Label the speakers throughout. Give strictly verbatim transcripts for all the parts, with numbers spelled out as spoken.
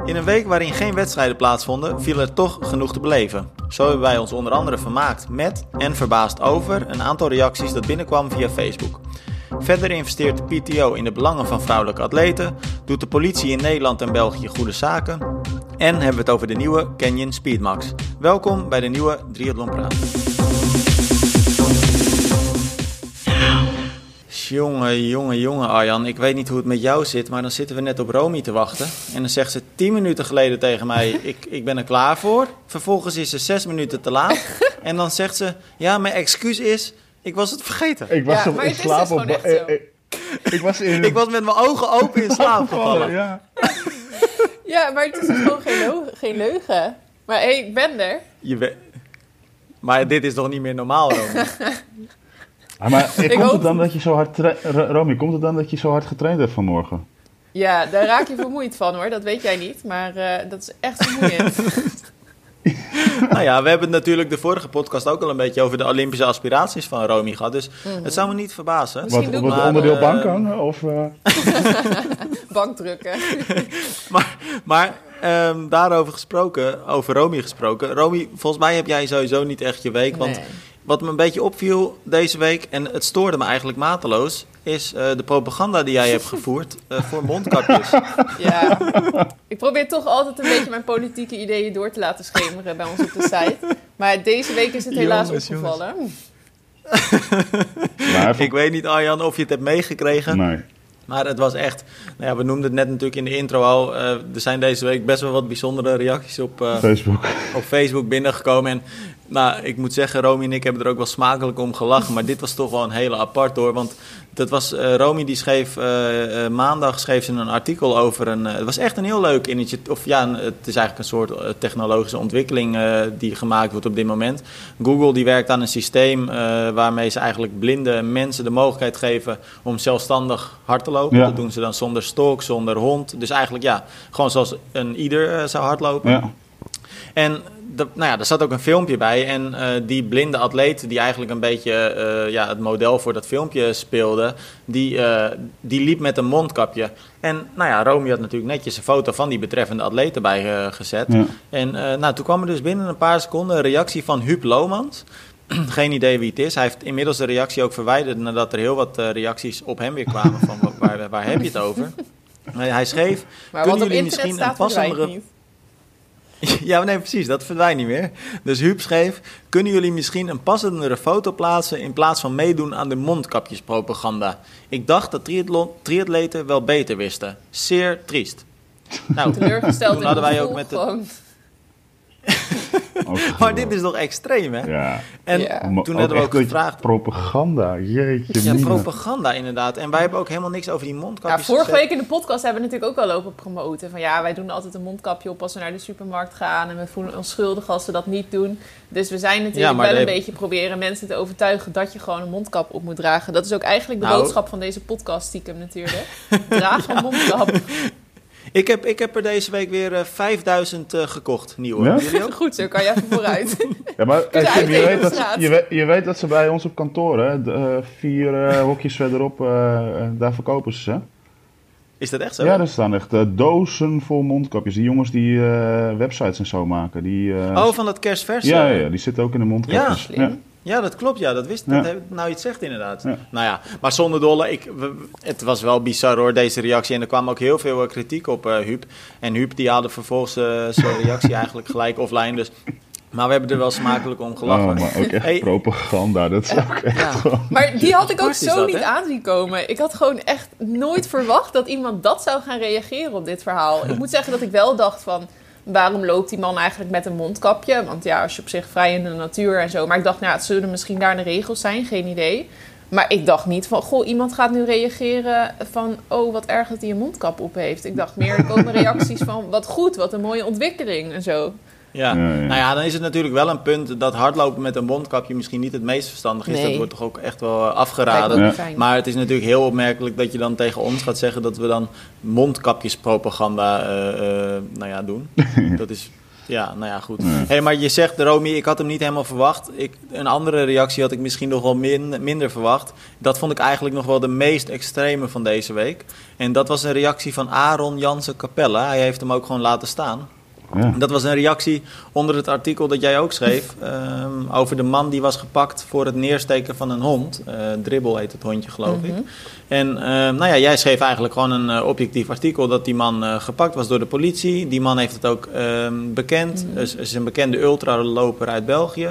Speaker 1: In een week waarin geen wedstrijden plaatsvonden, viel er toch genoeg te beleven. Zo hebben wij ons onder andere vermaakt met en verbaasd over een aantal reacties dat binnenkwam via Facebook. Verder investeert de P T O in de belangen van vrouwelijke atleten, doet de politie in Nederland en België goede zaken en hebben we het over de nieuwe Canyon Speedmax. Welkom bij de nieuwe Triathlon Praat. Jongen, jongen, jongen Arjan, ik weet niet hoe het met jou zit, maar dan zitten we net op Romy te wachten. En dan zegt ze tien minuten geleden tegen mij, ik, ik ben er klaar voor. Vervolgens is ze zes minuten te laat. En dan zegt ze, ja, mijn excuus is, ik was het vergeten.
Speaker 2: Ik was
Speaker 3: ja,
Speaker 2: op,
Speaker 3: maar
Speaker 2: in
Speaker 3: het is
Speaker 2: slaap
Speaker 3: dus
Speaker 2: op...
Speaker 3: gewoon echt
Speaker 2: eh,
Speaker 3: zo.
Speaker 2: eh, ik, was in,
Speaker 1: Ik was met mijn ogen open in slaap gevallen.
Speaker 2: Ja.
Speaker 3: Ja, maar het is dus gewoon geen, lo- geen leugen. Maar hé, hey, ik ben er.
Speaker 1: Je we- maar dit is toch niet meer normaal, Romy?
Speaker 2: Ah, maar eh,
Speaker 3: Ik
Speaker 2: komt
Speaker 3: hoop-
Speaker 2: het dan dat je zo hard... Tra- R- Romy, komt het dan dat je zo hard getraind hebt vanmorgen?
Speaker 3: Ja, daar raak je vermoeid van hoor, dat weet jij niet. Maar uh, dat is echt vermoeiend.
Speaker 1: Nou ja, we hebben het natuurlijk de vorige podcast ook al een beetje over de Olympische aspiraties van Romy gehad. Dus mm-hmm. Het zou me niet verbazen.
Speaker 3: Misschien
Speaker 2: Wat,
Speaker 3: doe
Speaker 2: op
Speaker 3: ik
Speaker 2: het
Speaker 1: maar,
Speaker 2: onderdeel
Speaker 1: uh,
Speaker 2: bank hangen? Of, uh...
Speaker 3: Bankdrukken.
Speaker 1: Maar, maar um, daarover gesproken, over Romy gesproken. Romy, volgens mij heb jij sowieso niet echt je week. Want
Speaker 3: Nee.
Speaker 1: wat me een beetje opviel deze week, en het stoorde me eigenlijk mateloos, is uh, de propaganda die jij hebt gevoerd uh, voor mondkapjes.
Speaker 3: Ja, ik probeer toch altijd een beetje mijn politieke ideeën door te laten schemeren bij ons op de site. Maar deze week is het helaas
Speaker 1: Jongens,
Speaker 3: opgevallen.
Speaker 2: Maar even-
Speaker 1: Ik weet niet, Arjan, of je het hebt meegekregen.
Speaker 2: Nee.
Speaker 1: Maar het was echt, nou ja, we noemden het net natuurlijk in de intro al. Uh, er zijn deze week best wel wat bijzondere reacties op, uh,
Speaker 2: Facebook.
Speaker 1: op Facebook binnengekomen. En nou, ik moet zeggen, Romy en ik hebben er ook wel smakelijk om gelachen. Maar dit was toch wel een hele apart hoor. Want dat was, uh, Romy die schreef, uh, uh, maandag schreef ze een artikel over een... Uh, het was echt een heel leuk initiatief. Of ja, een, het is eigenlijk een soort uh, technologische ontwikkeling uh, die gemaakt wordt op dit moment. Google die werkt aan een systeem uh, waarmee ze eigenlijk blinde mensen de mogelijkheid geven om zelfstandig hard te lopen.
Speaker 2: Ja.
Speaker 1: Dat doen ze dan zonder stok, zonder hond. Dus eigenlijk ja, gewoon zoals een ieder uh, zou hardlopen.
Speaker 2: Ja.
Speaker 1: En de, nou ja, er zat ook een filmpje bij. En uh, die blinde atleet die eigenlijk een beetje uh, ja, het model voor dat filmpje speelde, die, uh, die liep met een mondkapje. En nou ja, Romy had natuurlijk netjes een foto van die betreffende atleet erbij uh, gezet.
Speaker 2: Ja.
Speaker 1: En uh, nou, toen kwam er dus binnen een paar seconden een reactie van Huub Lomans. Geen idee wie het is. Hij heeft inmiddels de reactie ook verwijderd nadat er heel wat uh, reacties op hem weer kwamen van waar, waar heb je het over? Hij schreef,
Speaker 3: Maar
Speaker 1: kunnen
Speaker 3: wat op
Speaker 1: jullie
Speaker 3: internet
Speaker 1: misschien een
Speaker 3: staat, verdwijnt
Speaker 1: passendere...
Speaker 3: niet.
Speaker 1: Ja, nee, precies. Dat verdwijnt niet meer. Dus Huub schreef, kunnen jullie misschien een passendere foto plaatsen in plaats van meedoen aan de mondkapjespropaganda? Ik dacht dat triathlon, triatleten wel beter wisten. Zeer triest. Nou,
Speaker 3: Teleurgesteld
Speaker 1: toen
Speaker 3: in
Speaker 1: hadden
Speaker 3: het
Speaker 1: wij ook
Speaker 3: gevoel
Speaker 1: met de...
Speaker 3: gewoon.
Speaker 2: Ook
Speaker 1: Maar dit is toch extreem, hè?
Speaker 2: Ja.
Speaker 1: En
Speaker 3: Ja.
Speaker 2: Maar
Speaker 1: toen
Speaker 2: ook
Speaker 1: hadden we ook
Speaker 2: echt dat-
Speaker 1: gevraagd...
Speaker 2: Propaganda, jeetje
Speaker 1: Ja,
Speaker 2: mina.
Speaker 1: propaganda inderdaad. En wij hebben ook helemaal niks over die
Speaker 3: Ja,
Speaker 1: mondkapjes
Speaker 3: vorige
Speaker 1: gezegd.
Speaker 3: week in de podcast hebben we natuurlijk ook al lopen promoten. Van ja, wij doen altijd een mondkapje op als we naar de supermarkt gaan. En we voelen ons schuldig als we dat niet doen. Dus we zijn natuurlijk
Speaker 1: Ja, maar
Speaker 3: wel een
Speaker 1: de-
Speaker 3: beetje proberen mensen te overtuigen dat je gewoon een mondkap op moet dragen. Dat is ook eigenlijk de
Speaker 1: Nou.
Speaker 3: boodschap van deze podcast stiekem natuurlijk. Draag een mondkap.
Speaker 1: Ik heb, ik heb er deze week weer uh, vijfduizend uh, gekocht, nieuwe.
Speaker 2: Ja?
Speaker 1: Jullie ook?
Speaker 3: Goed, zo kan je even vooruit.
Speaker 2: Ja, maar
Speaker 3: Kun je
Speaker 2: eh, Tim, je,
Speaker 3: uitdelen
Speaker 2: weet
Speaker 3: op
Speaker 2: dat,
Speaker 3: straat?
Speaker 2: je, weet, je weet dat ze bij ons op kantoor, hè, de, uh, vier uh, hokjes verderop, uh, daar verkopen ze ze.
Speaker 1: Is dat echt zo?
Speaker 2: Ja, er staan echt uh, dozen vol mondkapjes. Die jongens die uh, websites en zo maken. Die, uh,
Speaker 1: Oh, van dat kerstverse?
Speaker 2: ja, ja, die zitten ook in de mondkapjes.
Speaker 3: Ja, slim.
Speaker 1: Ja, dat klopt. Ja, dat wist
Speaker 2: Ja.
Speaker 1: dat heb ik nou iets zegt inderdaad.
Speaker 2: Ja.
Speaker 1: Nou ja, maar zonder dolle, ik, we- het was wel bizar hoor, deze reactie. En er kwam ook heel veel uh, kritiek op uh, Huub. En Huub die haalde vervolgens uh, zijn reactie eigenlijk gelijk offline. Dus, maar we hebben er wel smakelijk om gelachen.
Speaker 2: Oh, maar ook echt
Speaker 1: Hey.
Speaker 2: propaganda. Dat is ook echt
Speaker 1: Ja.
Speaker 2: gewoon...
Speaker 3: Maar die had ik ook
Speaker 1: Apart is
Speaker 3: zo
Speaker 1: dat,
Speaker 3: niet
Speaker 1: hè?
Speaker 3: aanzien komen. Ik had gewoon echt nooit verwacht dat iemand dat zou gaan reageren op dit verhaal. Ik moet zeggen dat ik wel dacht van, waarom loopt die man eigenlijk met een mondkapje? Want ja, als je op zich vrij in de natuur en zo. Maar ik dacht, nou, het zullen misschien daar de regels zijn, geen idee. Maar ik dacht niet van, goh, iemand gaat nu reageren van, oh, wat erg dat hij een mondkap op heeft. Ik dacht meer, er komen reacties van, wat goed, wat een mooie ontwikkeling en zo.
Speaker 1: Ja.
Speaker 2: Ja, ja.
Speaker 1: Nou ja, dan is het natuurlijk wel een punt dat hardlopen met een mondkapje misschien niet het meest verstandig is.
Speaker 3: Nee.
Speaker 1: Dat wordt toch ook echt wel
Speaker 3: Lijkt
Speaker 1: afgeraden.
Speaker 3: me ook
Speaker 2: Ja.
Speaker 3: niet fijn.
Speaker 1: Maar het is natuurlijk heel opmerkelijk dat je dan tegen ons gaat zeggen dat we dan mondkapjespropaganda uh, uh, nou ja, doen. Dat is Ja, nou ja, goed. Nee. Hey, maar je zegt, Romy, ik had hem niet helemaal verwacht. Ik, een andere reactie had ik misschien nog wel min, minder verwacht. Dat vond ik eigenlijk nog wel de meest extreme van deze week. En dat was een reactie van Aaron Jansen Capelle. Hij heeft hem ook gewoon laten staan. Ja. Dat was een reactie onder het artikel dat jij ook schreef. Um, over de man die was gepakt voor het neersteken van een hond. Uh, Dribbel heet het hondje, geloof mm-hmm. ik. En uh, nou ja, jij schreef eigenlijk gewoon een uh, objectief artikel dat die man uh, gepakt was door de politie. Die man heeft het ook um, bekend. Mm-hmm. Dus is een bekende ultraloper uit België.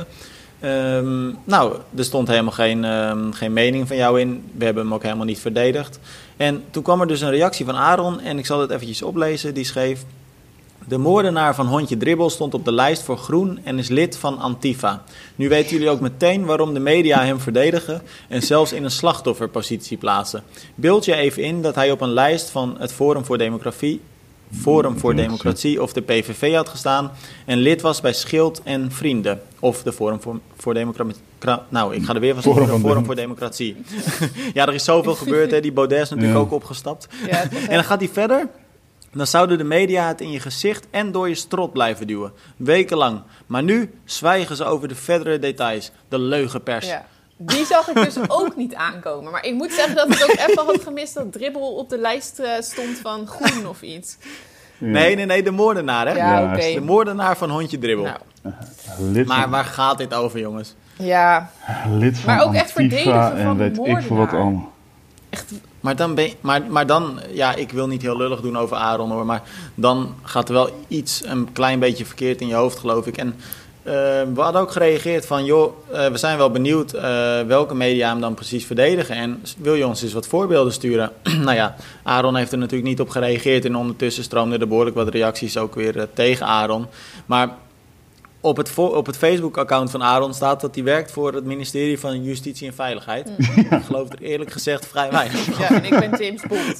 Speaker 1: Um, nou, er stond helemaal geen, um, geen mening van jou in. We hebben hem ook helemaal niet verdedigd. En toen kwam er dus een reactie van Aaron. En ik zal het eventjes oplezen. Die schreef: de moordenaar van hondje Dribbel stond op de lijst voor Groen en is lid van Antifa. Nu weten jullie ook meteen waarom de media hem verdedigen en zelfs in een slachtofferpositie plaatsen. Beeld je even in dat hij op een lijst van het Forum voor Democratie, Forum voor Democratie of de P V V had gestaan en lid was bij Schild en Vrienden. Of de Forum voor, voor Democratie. Nou, ik ga er weer van zeggen, Forum, Forum voor Democratie. Ja, er is zoveel gebeurd, hè. Die Baudet is natuurlijk ja. ook opgestapt. Ja, en dan gaat hij verder. Dan zouden de media het in je gezicht en door je strot blijven duwen. Wekenlang. Maar nu zwijgen ze over de verdere details. De leugenpers. Ja,
Speaker 3: die zag ik dus ook niet aankomen. Maar ik moet zeggen dat ik ook even had gemist dat Dribbel op de lijst uh, stond van Groen of iets.
Speaker 1: Ja. Nee, nee, nee, de moordenaar, hè?
Speaker 3: Ja, oké. Okay.
Speaker 1: De moordenaar van hondje Dribbel. Nou.
Speaker 2: Lid
Speaker 1: maar
Speaker 2: van...
Speaker 1: waar gaat dit over, jongens?
Speaker 3: Ja.
Speaker 2: Lid van
Speaker 3: maar ook echt verdedigen van
Speaker 2: weet
Speaker 3: de moordenaar.
Speaker 2: Ik voor wat allemaal.
Speaker 1: Echt... Maar dan, ben je, maar, maar dan, ja, ik wil niet heel lullig doen over Aaron hoor, maar dan gaat er wel iets een klein beetje verkeerd in je hoofd, geloof ik. En uh, we hadden ook gereageerd van, joh, uh, we zijn wel benieuwd uh, welke media hem dan precies verdedigen. En wil je ons eens wat voorbeelden sturen? Nou ja, Aaron heeft er natuurlijk niet op gereageerd en ondertussen stroomden er behoorlijk wat reacties ook weer uh, tegen Aaron. Maar Op het, vo- op het Facebook-account van Aaron staat dat hij werkt voor het ministerie van Justitie en Veiligheid. Mm. Ik geloof er eerlijk gezegd vrij weinig.
Speaker 3: Ja, en ik ben James Bond.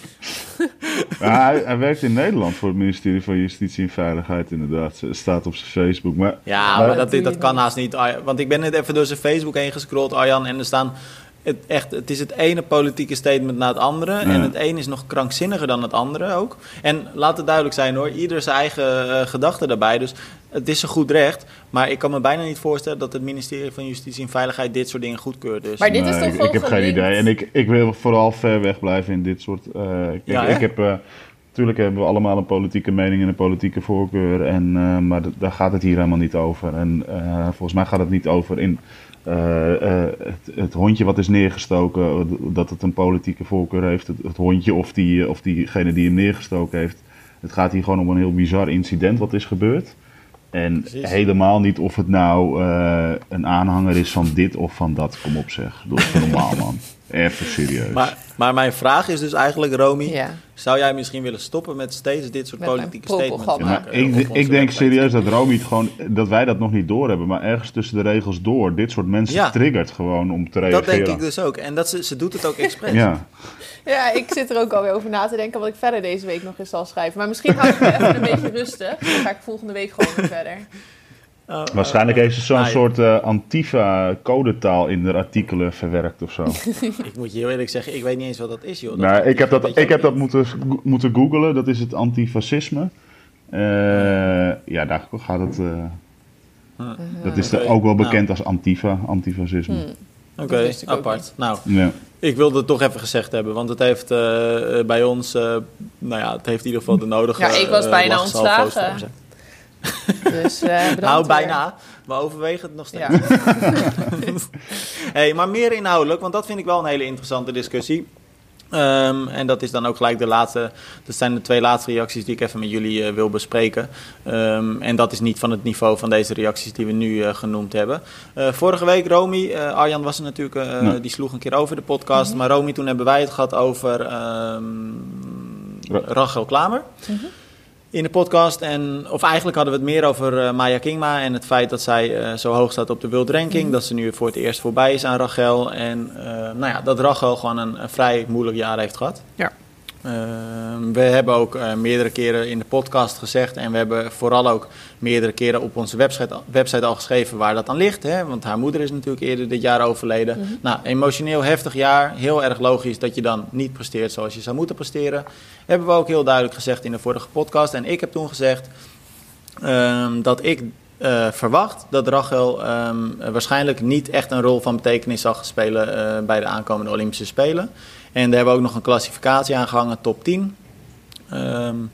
Speaker 2: Ja, hij, hij werkt in Nederland voor het ministerie van Justitie en Veiligheid, inderdaad. Staat op zijn Facebook. Maar,
Speaker 1: ja, maar, maar dat, dat kan haast niet. Want ik ben net even door zijn Facebook heen gescrolld, Arjan, en er staan... Het, echt, het is het ene politieke statement na het andere. Ja. En het een is nog krankzinniger dan het andere ook. En laat het duidelijk zijn hoor, ieder zijn eigen uh, gedachten daarbij. Dus het is een goed recht. Maar ik kan me bijna niet voorstellen dat het ministerie van Justitie en Veiligheid dit soort dingen goedkeurt. Dus.
Speaker 3: Maar dit is
Speaker 2: nee,
Speaker 3: toch
Speaker 2: ik,
Speaker 3: wel
Speaker 2: ik heb
Speaker 3: gelinkt?
Speaker 2: geen idee. En ik, ik wil vooral ver weg blijven in dit soort... Uh, ik,
Speaker 1: ja,
Speaker 2: ik heb... Uh, Natuurlijk hebben we allemaal een politieke mening en een politieke voorkeur. En, uh, maar d- daar gaat het hier helemaal niet over. En uh, volgens mij gaat het niet over in... Uh, uh, het, het hondje wat is neergestoken, dat het een politieke voorkeur heeft. Het, het hondje of, die, of diegene die hem neergestoken heeft. Het gaat hier gewoon om een heel bizar incident wat is gebeurd. En Precies. helemaal niet of het nou uh, een aanhanger is van dit of van dat. Kom op zeg, doe het normaal man. Even serieus.
Speaker 1: Maar, maar mijn vraag is dus eigenlijk, Romy,
Speaker 3: ja.
Speaker 1: zou jij misschien willen stoppen met steeds dit soort met politieke statements
Speaker 2: ja,
Speaker 1: maken?
Speaker 2: Ik, ik denk serieus dat Romy het gewoon, dat wij dat nog niet doorhebben, maar ergens tussen de regels door, dit soort mensen ja. triggert gewoon om te reageren.
Speaker 1: Dat denk ik dus ook. En dat ze, ze doet het ook expres.
Speaker 2: Ja.
Speaker 3: Ja, ik zit er ook alweer over na te denken wat ik verder deze week nog eens zal schrijven. Maar misschien hou ik me even een beetje rustig. Dan ga ik volgende week gewoon weer verder.
Speaker 2: Oh, Waarschijnlijk oh, heeft ze zo'n ah, soort uh, Antifa-codetaal in de artikelen verwerkt of zo.
Speaker 1: Ik moet je heel eerlijk zeggen, ik weet niet eens wat dat is, joh. Dat
Speaker 2: nou, ik heb dat, ik heb dat moeten, moeten googlen, dat is het antifascisme. Uh, ja, daar gaat het... Uh, uh, dat is okay. ook wel bekend nou. als Antifa, antifascisme. Hmm.
Speaker 1: Oké, okay, apart. Nou, ja. Ik wilde het toch even gezegd hebben, want het heeft uh, bij ons... Uh, nou ja, het heeft in ieder geval de nodige...
Speaker 3: Ja, ik was uh, bijna ontslagen. Dus, uh,
Speaker 1: nou, bijna. Weer. We overwegen het nog steeds. Ja. Hey, maar meer inhoudelijk, want dat vind ik wel een hele interessante discussie. Um, en dat is dan ook gelijk de laatste... Dat zijn de twee laatste reacties die ik even met jullie uh, wil bespreken. Um, en dat is niet van het niveau van deze reacties die we nu uh, genoemd hebben. Uh, vorige week, Romy, uh, Arjan was er natuurlijk... Uh, nee. Die sloeg een keer over de podcast. Mm-hmm. Maar Romy, toen hebben wij het gehad over um, Rachel Klamer. Mm-hmm. In de podcast, en, of eigenlijk hadden we het meer over uh, Maya Kingma en het feit dat zij uh, zo hoog staat op de World Ranking, mm-hmm. dat ze nu voor het eerst voorbij is aan Rachel en uh, nou ja, dat Rachel gewoon een, een vrij moeilijk jaar heeft gehad.
Speaker 3: Ja.
Speaker 1: Uh, we hebben ook uh, meerdere keren in de podcast gezegd en we hebben vooral ook meerdere keren op onze website, website al geschreven waar dat aan ligt. Hè? Want haar moeder is natuurlijk eerder dit jaar overleden. Mm-hmm. Nou, emotioneel heftig jaar. Heel erg logisch dat je dan niet presteert zoals je zou moeten presteren. Hebben we ook heel duidelijk gezegd in de vorige podcast. En ik heb toen gezegd, Um, dat ik uh, verwacht dat Rachel um, waarschijnlijk niet echt een rol van betekenis zal gaan spelen uh, bij de aankomende Olympische Spelen. En daar hebben we ook nog een klassificatie aan gehangen, top tien. Um,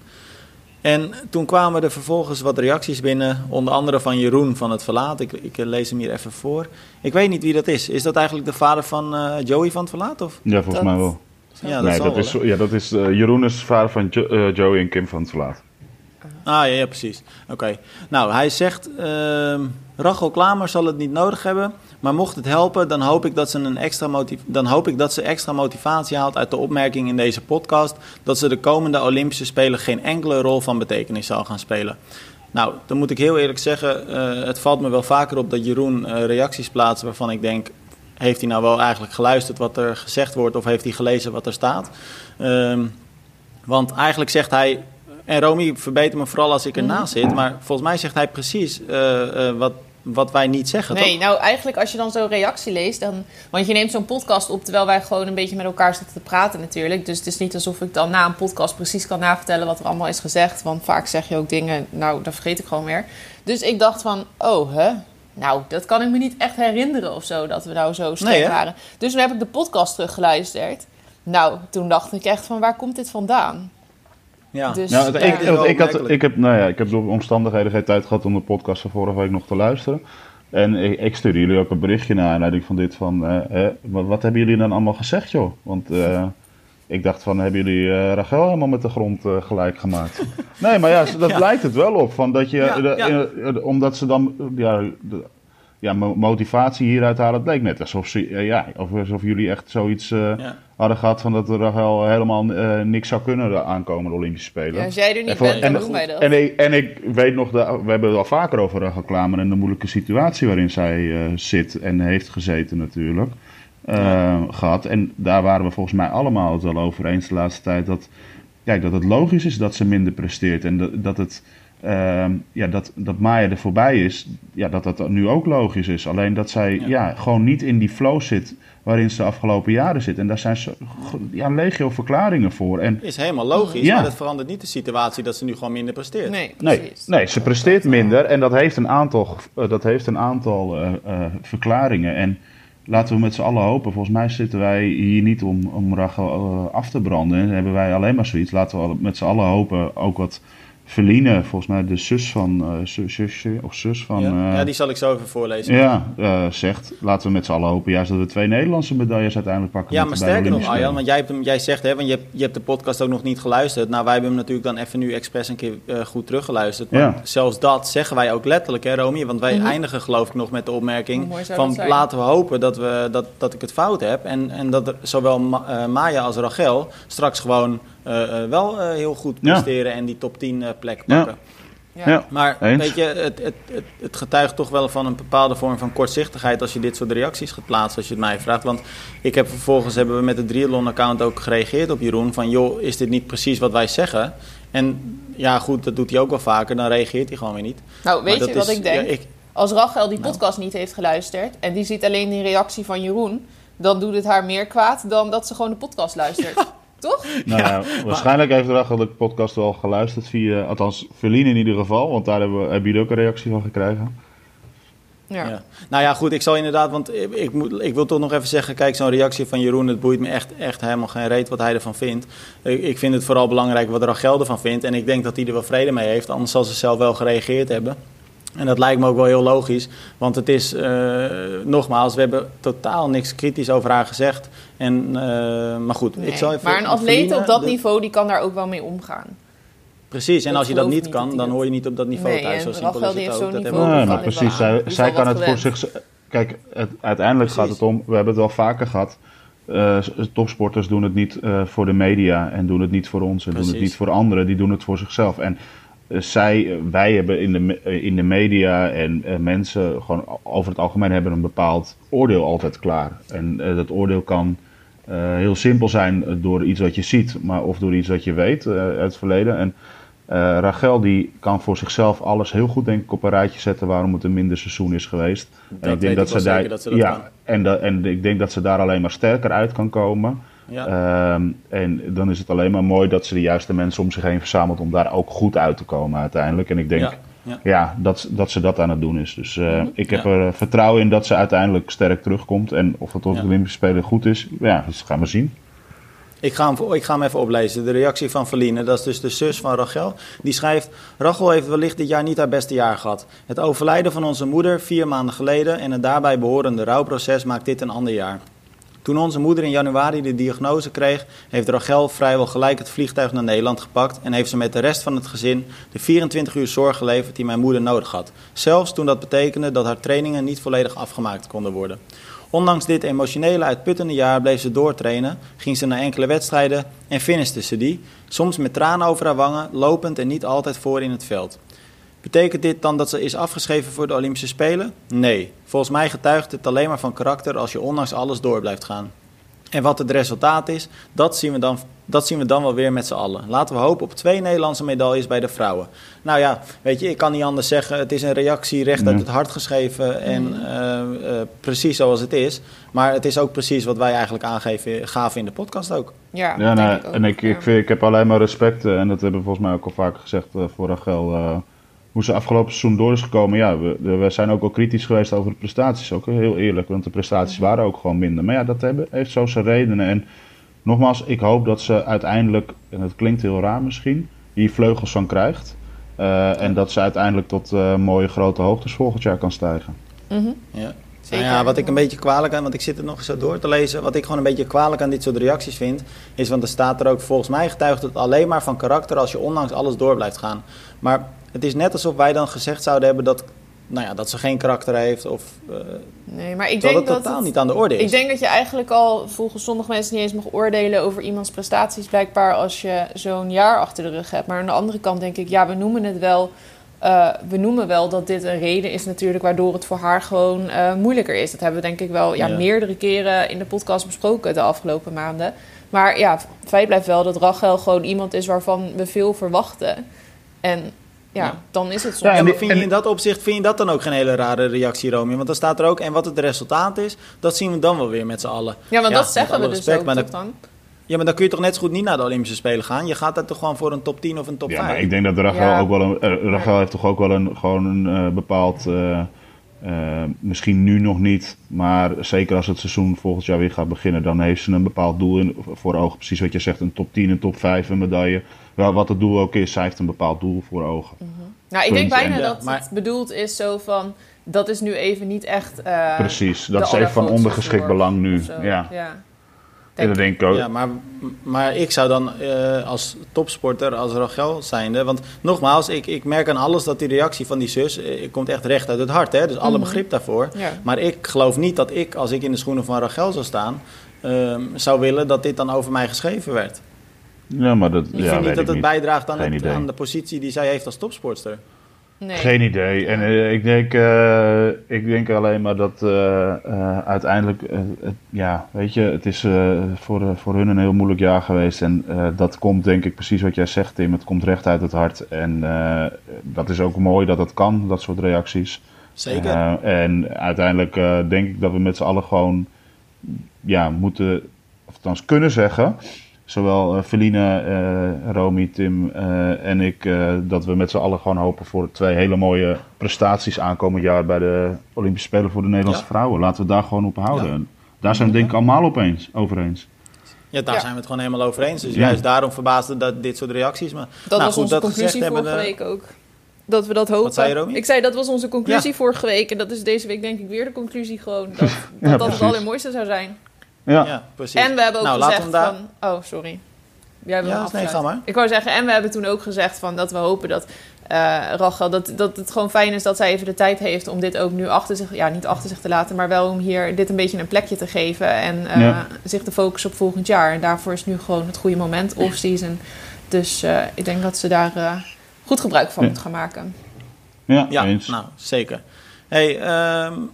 Speaker 1: en toen kwamen er vervolgens wat reacties binnen, onder andere van Jeroen van het Verlaat. Ik, ik lees hem hier even voor. Ik weet niet wie dat is. Is dat eigenlijk de vader van uh, Joey van het Verlaat? Of?
Speaker 2: Ja, volgens
Speaker 3: dat...
Speaker 2: mij wel.
Speaker 1: Ja, dat,
Speaker 2: nee, dat
Speaker 1: wel,
Speaker 2: is, ja, dat is uh, Jeroen is vader van jo- uh, Joey en Kim van het Verlaat.
Speaker 1: Ah, ja, ja precies. Oké. Okay. Nou, hij zegt, uh, Rachel Klamer zal het niet nodig hebben, maar mocht het helpen, dan hoop ik dat ze een extra motiv- dan hoop ik dat ze extra motivatie haalt uit de opmerking in deze podcast dat ze de komende Olympische Spelen geen enkele rol van betekenis zal gaan spelen. Nou, dan moet ik heel eerlijk zeggen, uh, het valt me wel vaker op dat Jeroen uh, reacties plaatst waarvan ik denk, heeft hij nou wel eigenlijk geluisterd wat er gezegd wordt of heeft hij gelezen wat er staat? Um, want eigenlijk zegt hij, en Romy, verbeter me vooral als ik ernaast zit, maar volgens mij zegt hij precies uh, uh, wat, wat wij niet zeggen,
Speaker 3: Nee,
Speaker 1: toch?
Speaker 3: nou eigenlijk als je dan zo'n reactie leest, dan, want je neemt zo'n podcast op terwijl wij gewoon een beetje met elkaar zitten te praten natuurlijk. Dus het is niet alsof ik dan na een podcast precies kan navertellen wat er allemaal is gezegd. Want vaak zeg je ook dingen, nou, dat vergeet ik gewoon weer. Dus ik dacht van, oh, hè? Nou, dat kan ik me niet echt herinneren of zo, dat we nou zo streng
Speaker 1: Nee,
Speaker 3: waren. Dus toen heb ik de podcast teruggeluisterd. Nou, toen dacht ik echt van, waar komt dit vandaan?
Speaker 1: Ja.
Speaker 3: Dus,
Speaker 2: Nou, het,
Speaker 3: ja.
Speaker 2: ik, ik, ik, had, ik, heb, nou ja, ik heb door omstandigheden geen tijd gehad om de podcast van vorige week nog te luisteren. En ik, ik stuurde jullie ook een berichtje naar aanleiding van dit van, uh, uh, wat, wat hebben jullie dan allemaal gezegd, joh? Want uh, ik dacht van, hebben jullie uh, Rachel helemaal met de grond uh, gelijk gemaakt? Nee, maar ja, dat ja. lijkt het wel op. Van dat je,
Speaker 1: ja,
Speaker 2: de,
Speaker 1: ja.
Speaker 2: uh, uh, omdat ze dan, ja, de, ja, motivatie hieruit halen, het leek net alsof, ze, uh, ja, alsof jullie echt zoiets uh, ja. hadden gehad van dat Rachel helemaal uh, niks zou kunnen aankomen de Olympische Spelen.
Speaker 3: Ja, als jij er niet
Speaker 2: en
Speaker 3: bent,
Speaker 2: en,
Speaker 3: dan doen wij dat.
Speaker 2: En ik, en ik weet nog, dat, we hebben het al vaker over Rachel Klamer en de moeilijke situatie waarin zij uh, zit en heeft gezeten natuurlijk, uh, ja. gehad. En daar waren we volgens mij allemaal het wel over eens de laatste tijd dat, ja, dat het logisch is dat ze minder presteert en dat, dat het... Uh, ja, dat, dat Maya er voorbij is, ja, dat dat nu ook logisch is. Alleen dat zij ja. Ja, gewoon niet in die flow zit waarin ze de afgelopen jaren zit. En daar zijn zo, ja, legio verklaringen voor. En,
Speaker 1: is helemaal logisch, ja. Maar dat verandert niet de situatie dat ze nu gewoon minder presteert.
Speaker 3: Nee,
Speaker 2: nee, nee, ze presteert minder en dat heeft een aantal, uh, dat heeft een aantal uh, uh, verklaringen. En laten we met z'n allen hopen. Volgens mij zitten wij hier niet om, om Rachel uh, af te branden. En hebben wij alleen maar zoiets. Laten we met z'n allen hopen ook wat... Feline, volgens mij de zus van, uh, zus, zusje of zus van...
Speaker 1: Ja,
Speaker 2: uh,
Speaker 1: ja, die zal ik zo even voorlezen.
Speaker 2: Ja, uh, zegt, laten we met z'n allen hopen juist dat we twee Nederlandse medailles uiteindelijk pakken.
Speaker 1: Ja, maar sterker nog, Arjan, want jij, hebt hem, jij zegt, hè, want je hebt, je hebt de podcast ook nog niet geluisterd. Nou, wij hebben hem natuurlijk dan even nu expres een keer uh, goed teruggeluisterd. Maar ja. zelfs dat zeggen wij ook letterlijk, hè Romy? Want wij mm-hmm. eindigen geloof ik nog met de opmerking van laten we hopen dat, we, dat, dat ik het fout heb. En, en dat er zowel Ma- uh, Maya als Rachel straks gewoon... Uh, uh, wel uh, heel goed presteren ja. en die top tien uh, plek pakken.
Speaker 3: Ja. Ja.
Speaker 1: Maar Eens. weet je, het, het, het, het getuigt toch wel van een bepaalde vorm van kortzichtigheid als je dit soort reacties gaat plaatsen, als je het mij vraagt. Want ik heb vervolgens hebben we met de Triathlon-account ook gereageerd op Jeroen van joh, is dit niet precies wat wij zeggen? En ja goed, dat doet hij ook wel vaker, dan reageert hij gewoon weer niet.
Speaker 3: Nou, weet je wat is, ik denk? Ja, ik, als Rachel die podcast nou. niet heeft geluisterd en die ziet alleen die reactie van Jeroen, dan doet het haar meer kwaad dan dat ze gewoon de podcast luistert. Ja. Toch?
Speaker 2: Nou ja, ja, waarschijnlijk heeft Rachel de podcast wel geluisterd via, althans Feline in ieder geval, want daar hebben, we, hebben jullie ook een reactie van gekregen.
Speaker 1: Ja. Ja. Nou ja, goed, ik zal inderdaad, want ik, ik, moet, ik wil toch nog even zeggen, kijk, zo'n reactie van Jeroen, het boeit me echt, echt helemaal geen reet wat hij ervan vindt. Ik, ik vind het vooral belangrijk wat Rachel ervan vindt en ik denk dat hij er wel vrede mee heeft, anders zal ze zelf wel gereageerd hebben. En dat lijkt me ook wel heel logisch, want het is, uh, nogmaals, we hebben totaal niks kritisch over haar gezegd. En, uh, maar goed,
Speaker 3: nee,
Speaker 1: ik zal even...
Speaker 3: Maar een atleet op dat de... niveau, die kan daar ook wel mee omgaan.
Speaker 1: Precies, en
Speaker 3: dat
Speaker 1: als je dat niet
Speaker 3: niet
Speaker 1: kan,
Speaker 3: dat
Speaker 1: dan
Speaker 3: dat...
Speaker 1: hoor je niet op dat niveau
Speaker 3: nee,
Speaker 1: thuis. Zo simpel
Speaker 3: Rachel,
Speaker 1: is het ook.
Speaker 3: Dat
Speaker 2: niveau, nee, maar precies, zij, zij kan het voor zich... Kijk, het, uiteindelijk precies. gaat het om, we hebben het wel vaker gehad, uh, topsporters doen het niet uh, voor de media en doen het niet voor ons en precies. doen het niet voor anderen, die doen het voor zichzelf. En uh, zij, wij hebben in de, uh, in de media en uh, mensen gewoon over het algemeen hebben een bepaald oordeel altijd klaar. En uh, dat oordeel kan uh, heel simpel zijn door iets wat je ziet, maar of door iets wat je weet uh, uit het verleden. En Uh, Rachel die kan voor zichzelf alles heel goed denk ik op een rijtje zetten waarom het een minder seizoen is geweest.
Speaker 1: Dat
Speaker 2: en ik denk dat ze daar, dat ze dat ja, kan. En, da, en ik denk dat ze daar alleen maar sterker uit kan komen. Ja. Um, en dan is het alleen maar mooi dat ze de juiste mensen om zich heen verzamelt om daar ook goed uit te komen uiteindelijk. En ik denk, ja. ja. ja, dat, dat ze dat aan het doen is. Dus uh, mm-hmm. ik heb ja. er uh, vertrouwen in dat ze uiteindelijk sterk terugkomt. En of het op de ja. Olympische Spelen goed is, ja, dat gaan we zien.
Speaker 1: Ik ga, hem, ik ga hem even oplezen. De reactie van Feline, dat is dus de zus van Rachel. Die schrijft: Rachel heeft wellicht dit jaar niet haar beste jaar gehad. Het overlijden van onze moeder vier maanden geleden en het daarbij behorende rouwproces maakt dit een ander jaar. Toen onze moeder in januari de diagnose kreeg, heeft Rachel vrijwel gelijk het vliegtuig naar Nederland gepakt en heeft ze met de rest van het gezin de vierentwintig uur zorg geleverd die mijn moeder nodig had. Zelfs toen dat betekende dat haar trainingen niet volledig afgemaakt konden worden. Ondanks dit emotionele uitputtende jaar bleef ze doortrainen, ging ze naar enkele wedstrijden en finishte ze die, soms met tranen over haar wangen, lopend en niet altijd voor in het veld. Betekent dit dan dat ze is afgeschreven voor de Olympische Spelen? Nee. Volgens mij getuigt het alleen maar van karakter als je ondanks alles door blijft gaan. En wat het resultaat is, dat zien we dan, dat zien we dan wel weer met z'n allen. Laten we hopen op twee Nederlandse medailles bij de vrouwen. Nou ja, weet je, ik kan niet anders zeggen. Het is een reactie recht uit het hart geschreven en uh, uh, precies zoals het is. Maar het is ook precies wat wij eigenlijk aangeven, gaven in de podcast ook.
Speaker 3: Ja,
Speaker 2: ja nou, ik ook. En ik, ik, vind, ik heb alleen maar respect, en dat hebben we volgens mij ook al vaker gezegd uh, voor Rachel... Uh, hoe ze afgelopen seizoen door is gekomen, ja, we, we zijn ook al kritisch geweest over de prestaties. Ook heel eerlijk, want de prestaties waren ook gewoon minder. Maar ja, dat hebben, heeft zo zijn redenen. En nogmaals, ik hoop dat ze uiteindelijk, en het klinkt heel raar misschien, die vleugels van krijgt. Uh, en dat ze uiteindelijk tot uh, mooie grote hoogtes volgend jaar kan stijgen.
Speaker 3: Mm-hmm.
Speaker 1: Ja. Nou ja, wat ik een beetje kwalijk aan, want ik zit er nog zo door te lezen, wat ik gewoon een beetje kwalijk aan dit soort reacties vind, is, want er staat er ook, volgens mij getuigt het alleen maar van karakter als je ondanks alles door blijft gaan. Maar het is net alsof wij dan gezegd zouden hebben dat, nou ja, dat ze geen karakter heeft. Of, uh,
Speaker 3: nee, maar ik
Speaker 1: denk
Speaker 3: dat
Speaker 1: het totaal het, niet aan de orde is.
Speaker 3: Ik denk dat je eigenlijk al volgens sommige mensen niet eens mag oordelen over iemands prestaties, blijkbaar als je zo'n jaar achter de rug hebt. Maar aan de andere kant denk ik, ja, we noemen het wel, uh, we noemen wel dat dit een reden is natuurlijk waardoor het voor haar gewoon uh, moeilijker is. Dat hebben we denk ik wel ja, ja. meerdere keren in de podcast besproken de afgelopen maanden. Maar ja, feit blijft wel dat Rachel gewoon iemand is waarvan we veel verwachten. En Ja, ja, dan is het soms.
Speaker 1: Ja, en vind je in dat opzicht vind je dat dan ook geen hele rare reactie, Romy? Want dan staat er ook, en wat het resultaat is, dat zien we dan wel weer met z'n allen.
Speaker 3: Ja, maar ja, dat zeggen we respect, dus ook, maar toch dan?
Speaker 1: Ja, maar dan kun je toch net zo goed niet naar de Olympische Spelen gaan? Je gaat daar toch gewoon voor een top tien of een top
Speaker 2: ja,
Speaker 1: vijf?
Speaker 2: Ja, maar ik denk dat Rachel ja. ook wel een... Uh, Rachel heeft toch ook wel een, gewoon een uh, bepaald... Uh, uh, misschien nu nog niet, maar zeker als het seizoen volgend jaar weer gaat beginnen, dan heeft ze een bepaald doel in, voor ogen. Precies wat je zegt, een top tien, een top vijf, een medaille. Wel, wat het doel ook is, zij heeft een bepaald doel voor ogen.
Speaker 3: Mm-hmm. Nou, ik denk bijna en, dat ja, maar... het bedoeld is zo van, dat is nu even niet echt uh,
Speaker 2: precies, dat is even van ondergeschikt belang nu. Ja.
Speaker 3: ja.
Speaker 2: En dat denk ik ook.
Speaker 1: Ja, maar, maar ik zou dan uh, als topsporter, als Rachel zijnde, want nogmaals, ik, ik merk aan alles dat die reactie van die zus uh, komt echt recht uit het hart, hè? Dus alle mm-hmm. begrip daarvoor. Ja. Maar ik geloof niet dat ik, als ik in de schoenen van Rachel zou staan, uh, zou willen dat dit dan over mij geschreven werd.
Speaker 2: Ja, maar dat,
Speaker 1: ik
Speaker 2: ja,
Speaker 1: vind niet
Speaker 2: weet
Speaker 1: dat het
Speaker 2: niet.
Speaker 1: bijdraagt aan, het, aan de positie die zij heeft als topsportster.
Speaker 3: Nee.
Speaker 2: Geen idee. En uh, ik, denk, uh, ik denk alleen maar dat uh, uh, uiteindelijk, uh, het, ja, weet je, het is uh, voor, uh, voor hun een heel moeilijk jaar geweest. En uh, dat komt denk ik precies wat jij zegt, Tim. Het komt recht uit het hart. En uh, dat is ook mooi dat het kan, dat soort reacties.
Speaker 1: Zeker.
Speaker 2: Uh, en uiteindelijk uh, denk ik dat we met z'n allen gewoon, ja, moeten, of althans kunnen zeggen, zowel uh, Feline, uh, Romy, Tim uh, en ik, uh, dat we met z'n allen gewoon hopen voor twee hele mooie prestaties aankomend jaar bij de Olympische Spelen voor de Nederlandse ja. vrouwen. Laten we daar gewoon op houden. Ja. Daar zijn we denk ik allemaal op eens, over eens.
Speaker 1: Ja, daar ja. zijn we het gewoon helemaal over eens. Dus
Speaker 2: ja.
Speaker 1: juist daarom verbaasde dat dit soort reacties. Maar,
Speaker 3: dat
Speaker 1: nou,
Speaker 3: was
Speaker 1: goed,
Speaker 3: onze
Speaker 1: dat
Speaker 3: conclusie vorige de... week ook. Dat we dat hopen.
Speaker 1: Wat zei je, Romy?
Speaker 3: Ik zei, dat was onze conclusie
Speaker 1: ja.
Speaker 3: vorige week. En dat is deze week denk ik weer de conclusie gewoon. Dat dat, ja, dat het allermooiste zou zijn.
Speaker 2: Ja,
Speaker 1: ja precies.
Speaker 3: En we hebben ook
Speaker 1: nou,
Speaker 3: gezegd
Speaker 1: daar...
Speaker 3: van... Oh, sorry. Jij wil
Speaker 1: ja, nee, ga maar.
Speaker 3: Ik wou zeggen, en we hebben toen ook gezegd van dat we hopen dat uh, Rachel, dat, dat het gewoon fijn is dat zij even de tijd heeft om dit ook nu achter zich, ja, niet achter zich te laten, maar wel om hier dit een beetje een plekje te geven en uh, ja. zich te focussen op volgend jaar. En daarvoor is nu gewoon het goede moment, off-season. Dus uh, ik denk dat ze daar uh, goed gebruik van ja. moet gaan maken.
Speaker 2: Ja,
Speaker 1: ja
Speaker 2: eens.
Speaker 1: Nou, zeker. Hey, um,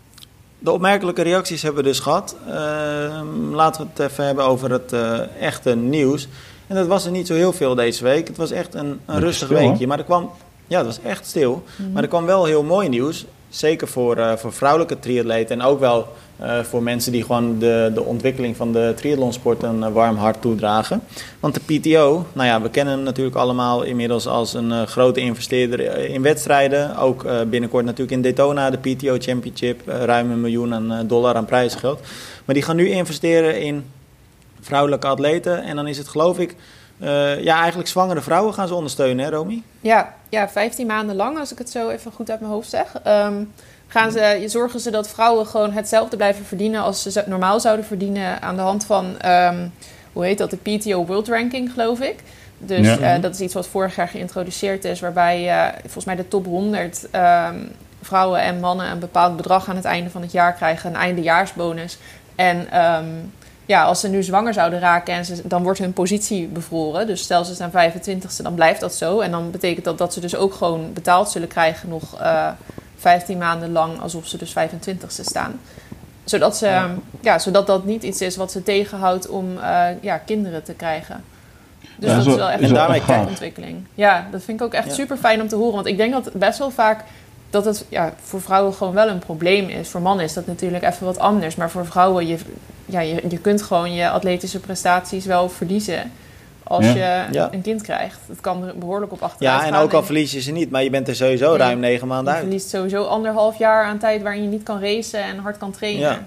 Speaker 1: de opmerkelijke reacties hebben we dus gehad. Uh, laten we het even hebben over het uh, echte nieuws. En dat was er niet zo heel veel deze week. Het was echt een, een rustig
Speaker 2: stil,
Speaker 1: weekje. Maar er kwam, ja, het was echt stil. Mm-hmm. Maar er kwam wel heel mooi nieuws. Zeker voor, uh, voor vrouwelijke triatleten en ook wel uh, voor mensen die gewoon de, de ontwikkeling van de triathlonsport een uh, warm hart toedragen. Want de P T O, nou ja, we kennen hem natuurlijk allemaal inmiddels als een uh, grote investeerder in wedstrijden. Ook uh, binnenkort natuurlijk in Daytona, de P T O Championship, uh, ruim een miljoen aan, uh, dollar aan prijsgeld. Maar die gaan nu investeren in vrouwelijke atleten en dan is het geloof ik... Uh, ja, eigenlijk zwangere vrouwen gaan ze ondersteunen, hè Romy?
Speaker 3: Ja, ja, vijftien maanden lang, als ik het zo even goed uit mijn hoofd zeg. Um, gaan ze, zorgen ze dat vrouwen gewoon hetzelfde blijven verdienen als ze normaal zouden verdienen aan de hand van, um, hoe heet dat, de P T O World Ranking, geloof ik. Dus ja. uh, dat is iets wat vorig jaar geïntroduceerd is, waarbij uh, volgens mij de top honderd um, vrouwen en mannen een bepaald bedrag aan het einde van het jaar krijgen, een eindejaarsbonus. En... Um, Ja, als ze nu zwanger zouden raken en ze, dan wordt hun positie bevroren. Dus stel ze zijn vijfentwintigste, dan blijft dat zo. En dan betekent dat dat ze dus ook gewoon betaald zullen krijgen nog uh, vijftien maanden lang alsof ze dus vijfentwintigste staan. Zodat, ze, ja. Ja, zodat dat niet iets is wat ze tegenhoudt om uh, ja, kinderen te krijgen. Dus ja, dat zo, is wel echt een ontwikkeling. Ja, dat vind ik ook echt ja. super fijn om te horen. Want ik denk dat best wel vaak dat het ja, voor vrouwen gewoon wel een probleem is. Voor mannen is dat natuurlijk even wat anders. Maar voor vrouwen, je, ja, je, je kunt gewoon je atletische prestaties wel verliezen als ja. je ja. een kind krijgt. Dat kan er behoorlijk op achteruit gaan.
Speaker 1: Ja, en ook al verlies je ze niet, maar je bent er sowieso nee, ruim negen maanden uit.
Speaker 3: Je verliest sowieso anderhalf jaar aan tijd waarin je niet kan racen en hard kan trainen. Ja.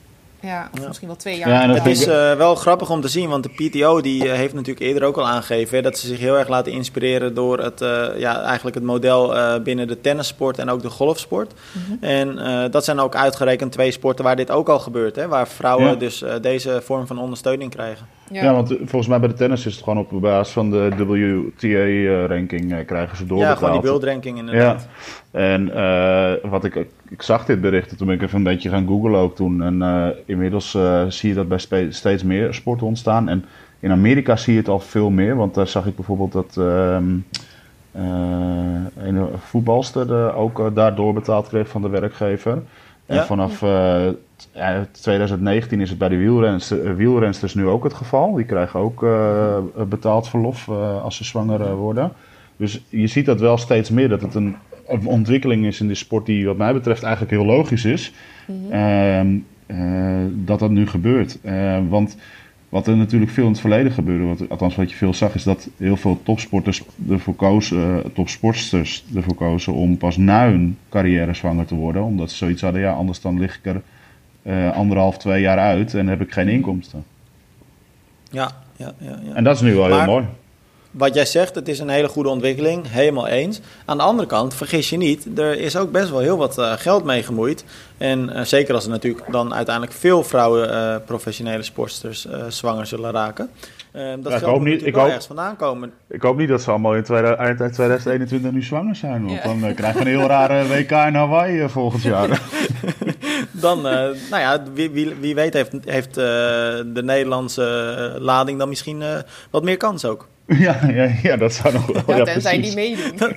Speaker 3: Ja, of ja. misschien wel twee jaar.
Speaker 1: Ja, en het is uh, wel grappig om te zien, want de P T O die uh, heeft natuurlijk eerder ook al aangegeven hè, dat ze zich heel erg laten inspireren door het, uh, ja, eigenlijk het model uh, binnen de tennissport en ook de golfsport. Mm-hmm. En uh, dat zijn ook uitgerekend twee sporten waar dit ook al gebeurt, hè, waar vrouwen ja. dus uh, deze vorm van ondersteuning krijgen.
Speaker 2: Ja. ja, want volgens mij bij de tennis is het gewoon op basis van de W T A-ranking uh, krijgen ze doorbetaald.
Speaker 1: Ja, gewoon die world ranking inderdaad.
Speaker 2: Ja. En uh, wat ik, ik zag dit bericht, toen ben ik even een beetje gaan googlen ook toen. En uh, inmiddels uh, zie je dat bij spe- steeds meer sporten ontstaan. En in Amerika zie je het al veel meer, want daar zag ik bijvoorbeeld dat uh, uh, een voetbalster uh, ook uh, daar doorbetaald kreeg van de werkgever. En ja. vanaf uh, ja, twintig negentien is het bij de wielrensters, wielrensters nu ook het geval. Die krijgen ook uh, betaald verlof uh, als ze zwanger uh, worden. Dus je ziet dat wel steeds meer, dat het een, een ontwikkeling is in de sport die wat mij betreft eigenlijk heel logisch is. Mm-hmm. Uh, uh, dat dat nu gebeurt. Uh, want wat er natuurlijk veel in het verleden gebeurde, wat, althans wat je veel zag, is dat heel veel topsporters ervoor kozen, uh, topsportsters ervoor kozen om pas na hun carrière zwanger te worden. Omdat ze zoiets hadden, ja, anders dan lig ik er uh, anderhalf, twee jaar uit en heb ik geen inkomsten.
Speaker 1: Ja, ja, ja. ja.
Speaker 2: En dat is nu wel maar, heel mooi.
Speaker 1: Wat jij zegt, het is een hele goede ontwikkeling, helemaal eens. Aan de andere kant, vergis je niet, er is ook best wel heel wat uh, geld mee gemoeid. En uh, zeker als er natuurlijk dan uiteindelijk veel vrouwen, uh, professionele sportsters, uh, zwanger zullen raken. Uh, dat
Speaker 2: ja,
Speaker 1: geld moet
Speaker 2: niet,
Speaker 1: wel
Speaker 2: hoop,
Speaker 1: ergens vandaan komen.
Speaker 2: Ik hoop niet dat ze allemaal in twintig eenentwintig nu zwanger zijn. Want ja. dan uh, krijgen we een heel rare W K in Hawaii uh, volgend jaar.
Speaker 1: Dan, uh, nou ja, wie, wie, wie weet heeft, heeft uh, de Nederlandse uh, lading dan misschien uh, wat meer kans ook.
Speaker 2: Ja, ja, ja, dat zou nog wel.
Speaker 3: Ja,
Speaker 2: ja,
Speaker 3: tenzij
Speaker 2: precies.
Speaker 3: die meedoen.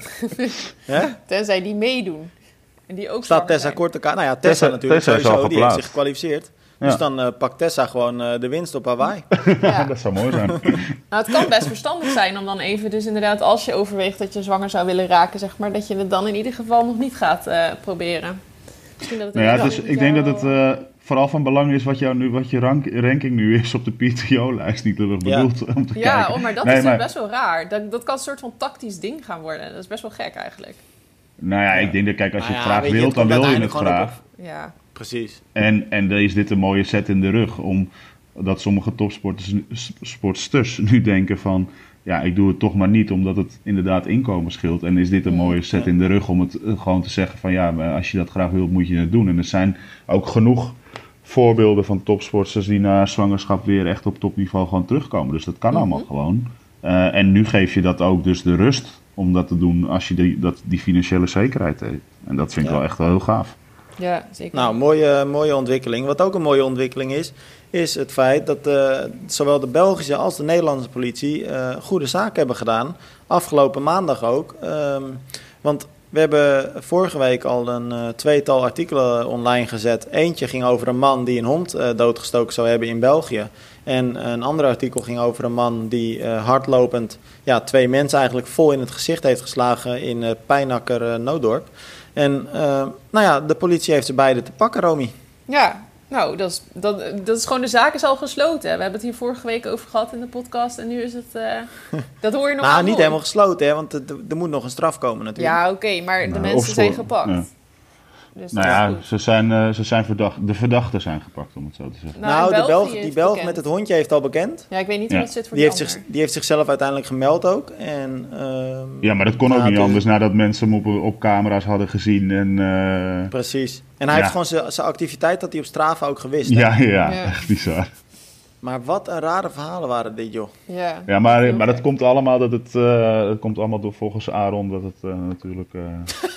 Speaker 3: Tenzij die meedoen. En die ook
Speaker 1: staat Tessa kort elkaar. Nou ja, Tessa, Tessa natuurlijk
Speaker 2: Tessa
Speaker 1: sowieso, die heeft zich gekwalificeerd. Ja. Dus dan uh, pakt Tessa gewoon uh, de winst op Hawaii.
Speaker 2: Ja. Dat zou mooi zijn.
Speaker 3: Nou, het kan best verstandig zijn om dan even, dus inderdaad, als je overweegt dat je zwanger zou willen raken, zeg maar, dat je het dan in ieder geval nog niet gaat uh, proberen. Misschien dat het
Speaker 2: nou ja, dus ik denk dat het uh, vooral van belang is wat, jou nu, wat je rank, ranking nu is op de P T O-lijst. Niet erg bedoeld ja. om te
Speaker 3: ja,
Speaker 2: kijken.
Speaker 3: Oh, maar dat
Speaker 2: nee,
Speaker 3: is
Speaker 2: maar...
Speaker 3: best wel raar. Dat, dat kan een soort van tactisch ding gaan worden. Dat is best wel gek eigenlijk.
Speaker 2: Nou ja, ik denk dat, kijk, als je nou het ja, graag wilt, dan wil je het graag.
Speaker 3: Ja.
Speaker 1: Precies.
Speaker 2: En, en dan is dit een mooie set in de rug, omdat sommige topsporters sportsters nu denken van, ja, ik doe het toch maar niet, omdat het inderdaad inkomen scheelt. En is dit een mooie set in de rug om het gewoon te zeggen van, ja, als je dat graag wilt, moet je het doen. En er zijn ook genoeg voorbeelden van topsporters die na zwangerschap weer echt op topniveau gewoon terugkomen. Dus dat kan mm-hmm. allemaal gewoon. Uh, en nu geef je dat ook dus de rust om dat te doen als je die, dat, die financiële zekerheid heeft. En dat vind ik ja. wel echt wel heel gaaf.
Speaker 3: Ja, zeker.
Speaker 1: Nou, mooie, mooie ontwikkeling. Wat ook een mooie ontwikkeling is, is het feit dat uh, zowel de Belgische als de Nederlandse politie uh, goede zaken hebben gedaan. Afgelopen maandag ook. Um, want we hebben vorige week al een uh, tweetal artikelen online gezet. Eentje ging over een man die een hond uh, doodgestoken zou hebben in België. En een ander artikel ging over een man die uh, hardlopend ja, twee mensen eigenlijk vol in het gezicht heeft geslagen in uh, Pijnacker uh, Nooddorp. En uh, nou ja, de politie heeft ze beide te pakken, Romy.
Speaker 3: Ja, nou, dat is, dat, dat is gewoon, de zaak is al gesloten. We hebben het hier vorige week over gehad in de podcast en nu is het, uh, dat hoor je nog
Speaker 1: Nou, niet
Speaker 3: nooit.
Speaker 1: helemaal gesloten, hè, want er, er moet nog een straf komen natuurlijk.
Speaker 3: Ja, oké, okay, maar de
Speaker 2: nou,
Speaker 3: mensen zijn
Speaker 2: voor,
Speaker 3: gepakt.
Speaker 2: Ja.
Speaker 3: Dus
Speaker 2: nou ja, ze zijn, uh, ze zijn verdacht, de verdachten zijn gepakt, om het zo te zeggen.
Speaker 1: Nou, nou de Belg, die Belg met het hondje heeft al bekend.
Speaker 3: Ja, ik weet niet
Speaker 2: ja.
Speaker 3: hoe dat zit voor
Speaker 1: die
Speaker 3: die
Speaker 1: heeft, zich, die heeft zichzelf uiteindelijk gemeld ook. En, uh,
Speaker 2: ja, maar dat kon nou, ook niet dus... anders nadat mensen hem op, op camera's hadden gezien. En, uh...
Speaker 1: Precies. En hij ja. heeft gewoon zijn activiteit dat hij op Strava ook gewist.
Speaker 2: Ja, ja, ja, echt bizar.
Speaker 1: Maar wat een rare verhalen waren dit, joh.
Speaker 3: Ja,
Speaker 2: ja maar, okay. maar dat komt allemaal dat het, uh, dat komt allemaal door volgens Aaron dat het uh, natuurlijk. Uh...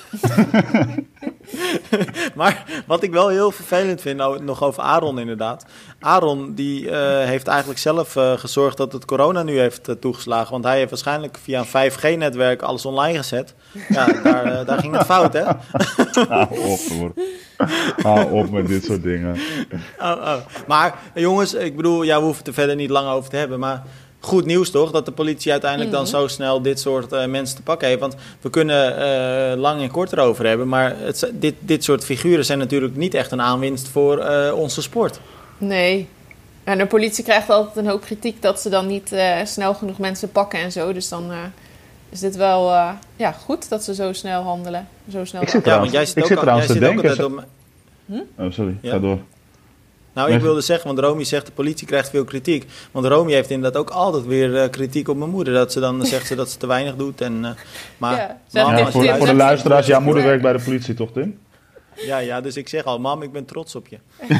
Speaker 1: Maar wat ik wel heel vervelend vind, nou, nog over Aaron inderdaad. Aaron die uh, heeft eigenlijk zelf uh, gezorgd dat het corona nu heeft uh, toegeslagen. Want hij heeft waarschijnlijk via een vijf G netwerk alles online gezet. Ja, daar, uh, daar ging het fout, hè?
Speaker 2: Hou op, hoor. Hou op met dit soort dingen.
Speaker 1: Oh, oh. Maar jongens, ik bedoel, ja, we hoeven het er verder niet lang over te hebben, maar goed nieuws toch, dat de politie uiteindelijk mm-hmm. dan zo snel dit soort uh, mensen te pakken heeft. Want we kunnen uh, lang en kort erover hebben, maar het, dit, dit soort figuren zijn natuurlijk niet echt een aanwinst voor uh, onze sport.
Speaker 3: Nee. En de politie krijgt altijd een hoop kritiek dat ze dan niet uh, snel genoeg mensen pakken en zo. Dus dan uh, is dit wel uh, ja, goed dat ze zo snel handelen. Zo snel
Speaker 2: ik zit
Speaker 1: ja, want jij zit
Speaker 2: ik
Speaker 1: ook,
Speaker 2: zit
Speaker 1: al,
Speaker 2: trouwens
Speaker 1: jij
Speaker 2: te
Speaker 1: zit
Speaker 2: denken.
Speaker 1: ook altijd op...
Speaker 2: Hm? Oh, sorry.
Speaker 1: Ja?
Speaker 2: Ga door.
Speaker 1: Nou, ik wilde zeggen, want Romy zegt de politie krijgt veel kritiek. Want Romy heeft inderdaad ook altijd weer uh, kritiek op mijn moeder. Dat ze dan zegt ze dat ze te weinig doet. En, uh, maar,
Speaker 3: ja,
Speaker 1: mam,
Speaker 2: ja, voor, voor de luisteraars, jouw moeder werkt bij de politie toch, Tim?
Speaker 1: Ja, ja, dus ik zeg al, mam, ik ben trots op je.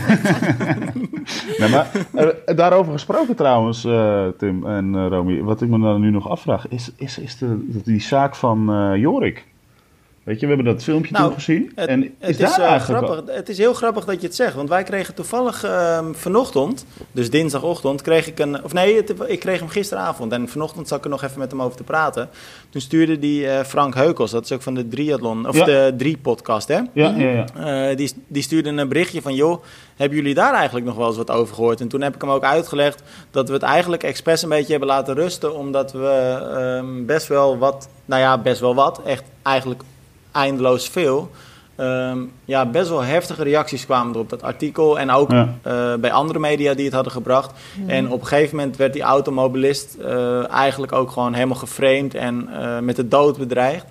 Speaker 2: nee, maar, uh, daarover gesproken trouwens, uh, Tim en uh, Romy. Wat ik me dan nu nog afvraag, is, is, is de, die zaak van uh, Jorik. Weet je, we hebben dat filmpje nou, toen gezien.
Speaker 1: Het,
Speaker 2: en is
Speaker 1: het,
Speaker 2: daar
Speaker 1: is, uh,
Speaker 2: eigenlijk
Speaker 1: grappig, het is heel grappig dat je het zegt. Want wij kregen toevallig uh, vanochtend, dus dinsdagochtend, kreeg ik een... Of nee, het, ik kreeg hem gisteravond. En vanochtend zat ik er nog even met hem over te praten. Toen stuurde die uh, Frank Heukels, dat is ook van de Triathlon, of ja. de drie podcast, hè?
Speaker 2: Ja, ja, ja.
Speaker 1: Uh, die, die stuurde een berichtje van, joh, hebben jullie daar eigenlijk nog wel eens wat over gehoord? En toen heb ik hem ook uitgelegd dat we het eigenlijk expres een beetje hebben laten rusten. Omdat we um, best wel wat, nou ja, best wel wat, echt eigenlijk... eindeloos veel. Um, ja, best wel heftige reacties kwamen er op dat artikel. En ook ja. uh, bij andere media die het hadden gebracht. Mm. En op een gegeven moment werd die automobilist uh, eigenlijk ook gewoon helemaal geframed en uh, met de dood bedreigd.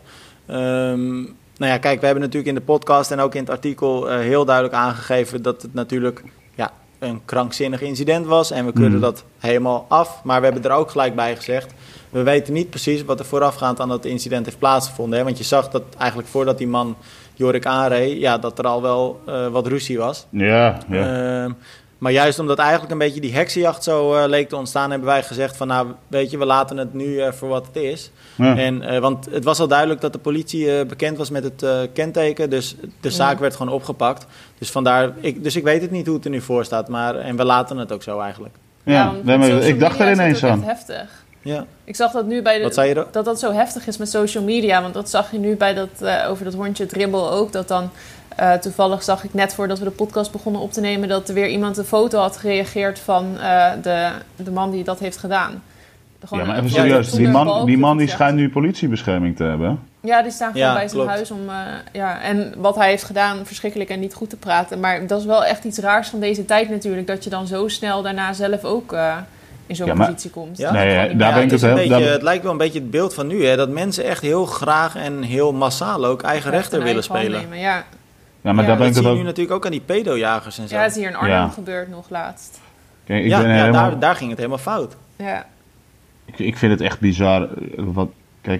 Speaker 1: Um, nou ja, kijk, we hebben natuurlijk in de podcast en ook in het artikel uh, heel duidelijk aangegeven dat het natuurlijk ja, een krankzinnig incident was. En we keuren mm. dat helemaal af. Maar we hebben er ook gelijk bij gezegd, we weten niet precies wat er voorafgaand aan dat incident heeft plaatsgevonden. Hè? Want je zag dat eigenlijk voordat die man Jorik aanreed, ja, dat er al wel uh, wat ruzie was.
Speaker 2: Ja, ja.
Speaker 1: Uh, maar juist omdat eigenlijk een beetje die heksenjacht zo uh, leek te ontstaan, hebben wij gezegd van, nou, weet je, we laten het nu uh, voor wat het is. Ja. En, uh, want het was al duidelijk dat de politie uh, bekend was met het uh, kenteken, dus de zaak ja. werd gewoon opgepakt. Dus vandaar, ik, dus ik weet het niet hoe het er nu voor staat, maar en we laten het ook zo eigenlijk.
Speaker 2: Ja, ja nee, maar ik dacht er ineens aan.
Speaker 3: Heftig.
Speaker 1: Ja.
Speaker 3: Ik zag dat nu bij de,
Speaker 1: Wat zei je er?
Speaker 3: dat dat zo heftig is met social media. Want dat zag je nu bij dat, uh, over dat hondje Dribbel ook. Dat dan uh, toevallig zag ik net voordat we de podcast begonnen op te nemen, dat er weer iemand een foto had gereageerd van uh, de, de man die dat heeft gedaan.
Speaker 2: Ja, maar even serieus. Die man, die man die schijnt nu politiebescherming te hebben.
Speaker 3: Ja, die staan gewoon
Speaker 1: ja,
Speaker 3: bij zijn
Speaker 1: klopt.
Speaker 3: huis om... Uh, ja, en wat hij heeft gedaan, verschrikkelijk en niet goed te praten. Maar dat is wel echt iets raars van deze tijd natuurlijk. Dat je dan zo snel daarna zelf ook... Uh, in zo'n ja, maar, positie komt.
Speaker 1: Ja,
Speaker 2: nee,
Speaker 1: ja,
Speaker 2: daar
Speaker 1: ja,
Speaker 2: ben ik
Speaker 1: het,
Speaker 2: het,
Speaker 1: beetje,
Speaker 2: daar...
Speaker 1: het lijkt wel een beetje het beeld van nu, hè, dat mensen echt heel graag en heel massaal ook eigen
Speaker 3: ja,
Speaker 1: rechter willen spelen.
Speaker 3: Nemen, ja.
Speaker 2: Ja, maar
Speaker 3: ja,
Speaker 2: daar ben
Speaker 1: dat
Speaker 2: ik
Speaker 1: zie je
Speaker 2: ook...
Speaker 1: nu natuurlijk ook aan die pedojagers en zo.
Speaker 3: Ja, dat is hier in Arnhem
Speaker 2: ja.
Speaker 3: gebeurd nog laatst.
Speaker 2: Kijk, ik
Speaker 1: ja,
Speaker 2: ben
Speaker 1: ja
Speaker 2: helemaal...
Speaker 1: daar, daar ging het helemaal fout.
Speaker 3: Ja.
Speaker 2: Ik, ik vind het echt bizar. Wat, kijk,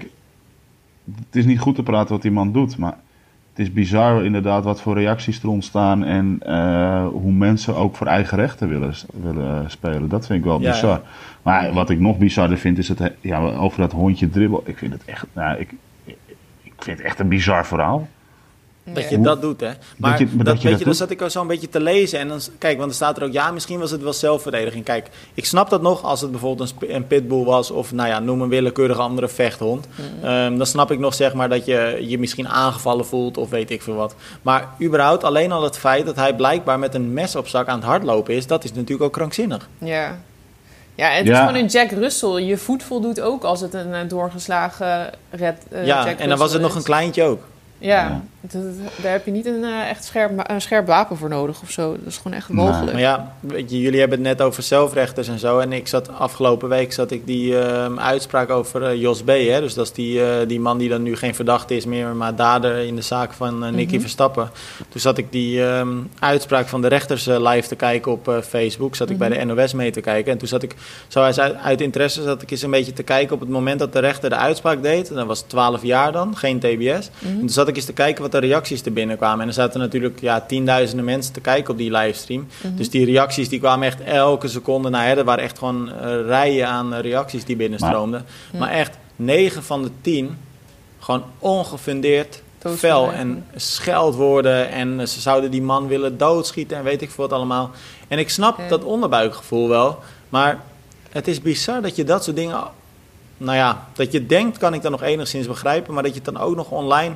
Speaker 2: het is niet goed te praten wat die man doet, maar het is bizar inderdaad wat voor reacties er ontstaan en uh, hoe mensen ook voor eigen rechten willen, willen spelen. Dat vind ik wel
Speaker 1: ja,
Speaker 2: bizar.
Speaker 1: Ja.
Speaker 2: Maar wat ik nog bizarder vind is het ja, over dat hondje Dribbel. Ik vind het echt, nou, ik, ik vind het echt een bizar verhaal.
Speaker 1: Dat je dat doet, hè. Maar
Speaker 2: dat je,
Speaker 1: dat,
Speaker 2: dat je
Speaker 1: weet
Speaker 2: dat
Speaker 1: je, dan zat ik zo een beetje te lezen. En dan, kijk, want er staat er ook, ja, misschien was het wel zelfverdediging. Kijk, ik snap dat nog als het bijvoorbeeld een, sp- een pitbull was, of nou ja, noem een willekeurige andere vechthond. Mm. Um, dan snap ik nog, zeg maar, dat je je misschien aangevallen voelt, of weet ik veel wat. Maar überhaupt, alleen al het feit dat hij blijkbaar met een mes op zak aan het hardlopen is, dat is natuurlijk ook krankzinnig.
Speaker 3: Ja. Ja, het
Speaker 2: ja.
Speaker 3: is gewoon een Jack Russell. Je voet voldoet ook als het een uh, doorgeslagen red, uh,
Speaker 1: ja,
Speaker 3: Jack
Speaker 1: en
Speaker 3: Russell
Speaker 1: dan was het
Speaker 3: is.
Speaker 1: nog een kleintje ook.
Speaker 3: Ja, ja. Dat, daar heb je niet een uh, echt scherp, een scherp wapen voor nodig of zo. Dat is gewoon echt walgelijk.
Speaker 1: Nee. Maar ja, weet je, jullie hebben het net over zelfrechters en zo. En ik zat afgelopen week zat ik die uh, uitspraak over uh, Jos B. Hè? Dus dat is die, uh, die man die dan nu geen verdachte is meer, maar dader in de zaak van uh, Nicky mm-hmm. Verstappen. Toen zat ik die um, uitspraak van de rechters uh, live te kijken op uh, Facebook. Zat ik mm-hmm. bij de N O S mee te kijken. En toen zat ik, zo uit, uit interesse zat ik eens een beetje te kijken op het moment dat de rechter de uitspraak deed. En dat was twaalf jaar dan, geen T B S. Mm-hmm. En toen zat ik eens te kijken wat de reacties er binnenkwamen. En er zaten natuurlijk ja, tienduizenden mensen te kijken op die livestream. Mm-hmm. Dus die reacties die kwamen echt elke seconde naar. Hè. Er waren echt gewoon uh, rijen aan uh, reacties die binnenstroomden. Maar, maar echt negen van de tien gewoon ongefundeerd fel en scheldwoorden. En uh, ze zouden die man willen doodschieten en weet ik veel wat allemaal. En ik snap okay. dat onderbuikgevoel wel. Maar het is bizar dat je dat soort dingen... Nou ja, dat je denkt kan ik dan nog enigszins begrijpen. Maar dat je het dan ook nog online...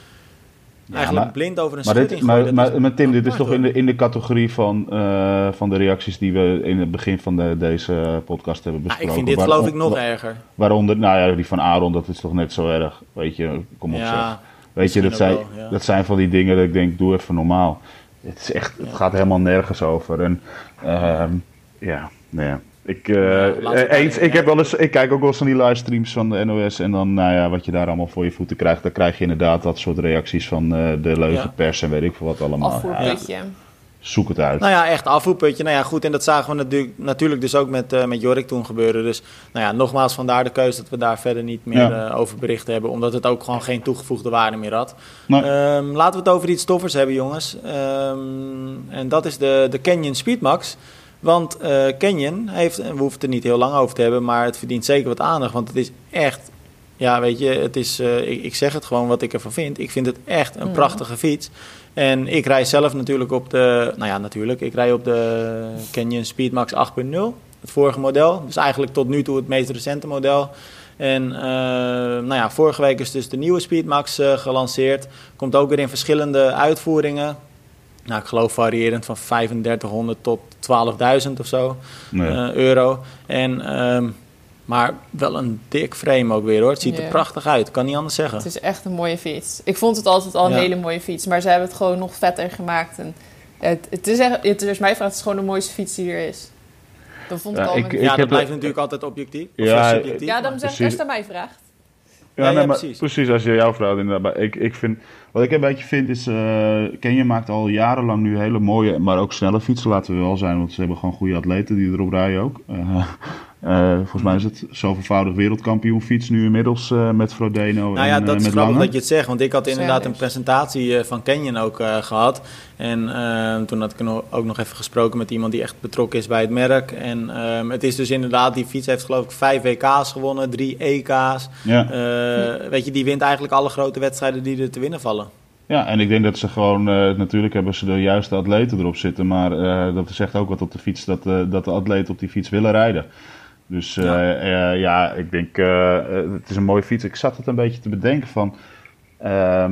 Speaker 1: Ja, eigenlijk maar, blind over een
Speaker 2: maar
Speaker 1: schutting
Speaker 2: dit, maar, maar, maar Tim, dit is toch in de, in de categorie van, uh, van de reacties die we in het begin van de, deze podcast hebben besproken.
Speaker 1: Ja, ik vind dit geloof ik nog waar, erger.
Speaker 2: Waaronder, nou ja, die van Aaron, dat is toch net zo erg. Weet je, kom op ja, zeg. Weet je, dat zijn, wel, ja. dat zijn van die dingen dat ik denk, doe even normaal. Het, is echt, het ja. gaat helemaal nergens over. En uh, ja, nee. Ik, uh, ja, eens, ik, heb wel eens, ik kijk ook wel eens naar die livestreams van de N O S. En dan, nou ja, wat je daar allemaal voor je voeten krijgt. Dan krijg je inderdaad dat soort reacties van uh, de leugenpers ja. en weet ik veel wat allemaal.
Speaker 3: Afvoerputje.
Speaker 2: Ja. Zoek het uit.
Speaker 1: Nou ja, echt afvoerputje. Nou ja, goed. En dat zagen we natuurlijk, natuurlijk dus ook met, uh, met Jorik toen gebeuren. Dus nou ja, nogmaals vandaar de keuze dat we daar verder niet meer ja. uh, over berichten hebben. Omdat het ook gewoon geen toegevoegde waarde meer had. Nee. Um, laten we het over iets toffers hebben, jongens. Um, en dat is de, de Canyon Speedmax. Want uh, Canyon heeft, en we hoeven het er niet heel lang over te hebben, maar het verdient zeker wat aandacht. Want het is echt, ja weet je, het is, uh, ik, ik zeg het gewoon wat ik ervan vind. Ik vind het echt een mm. prachtige fiets. En ik rij zelf natuurlijk op de, nou ja natuurlijk, ik rij op de Canyon Speedmax acht punt nul. Het vorige model, dus eigenlijk tot nu toe het meest recente model. En uh, nou ja, vorige week is dus de nieuwe Speedmax uh, gelanceerd. Komt ook weer in verschillende uitvoeringen. Nou, ik geloof variërend van vijfendertighonderd tot twaalfduizend of zo nee. uh, euro. En, um, maar wel een dik frame ook weer hoor. Het ziet yeah. er prachtig uit, kan niet anders zeggen.
Speaker 3: Het is echt een mooie fiets. Ik vond het altijd al een ja. hele mooie fiets, maar ze hebben het gewoon nog vetter gemaakt. En het, het is echt, het is mijn vraag, het is gewoon de mooiste fiets die er is. Dat vond ik
Speaker 2: ja,
Speaker 3: al.
Speaker 1: Ik,
Speaker 3: met...
Speaker 1: ik ja, dat blijft natuurlijk altijd objectief.
Speaker 2: Ja,
Speaker 1: subjectief,
Speaker 3: ja dan zeg ik eerst aan mij vraagt.
Speaker 2: Ja, ja, nee, ja, maar precies. precies, als je jouw vrouw inderdaad. Ik, ik vind, wat ik een beetje vind is, uh, Canyon maakt al jarenlang nu hele mooie, maar ook snelle fietsen, laten we wel zijn, want ze hebben gewoon goede atleten die erop rijden ook. Uh, uh, volgens mij is het zoveelvoudig wereldkampioen fiets nu inmiddels uh, met Frodeno.
Speaker 1: Nou ja,
Speaker 2: en,
Speaker 1: dat
Speaker 2: uh,
Speaker 1: is
Speaker 2: met
Speaker 1: grappig
Speaker 2: Lange.
Speaker 1: dat je het zegt, want ik had inderdaad Zeker. een presentatie uh, van Canyon ook uh, gehad. En uh, toen had ik ook nog even gesproken met iemand die echt betrokken is bij het merk. En uh, het is dus inderdaad, die fiets heeft geloof ik vijf W K's gewonnen, drie E K's. Ja. Uh, weet je, die wint eigenlijk alle grote wedstrijden die er te winnen vallen.
Speaker 2: Ja, en ik denk dat ze gewoon, uh, natuurlijk hebben ze de juiste atleten erop zitten, maar uh, dat zegt ook wat op de fiets, dat, uh, dat de atleten op die fiets willen rijden. Dus uh, ja. Uh, ja, ik denk, uh, het is een mooie fiets. Ik zat het een beetje te bedenken van, uh,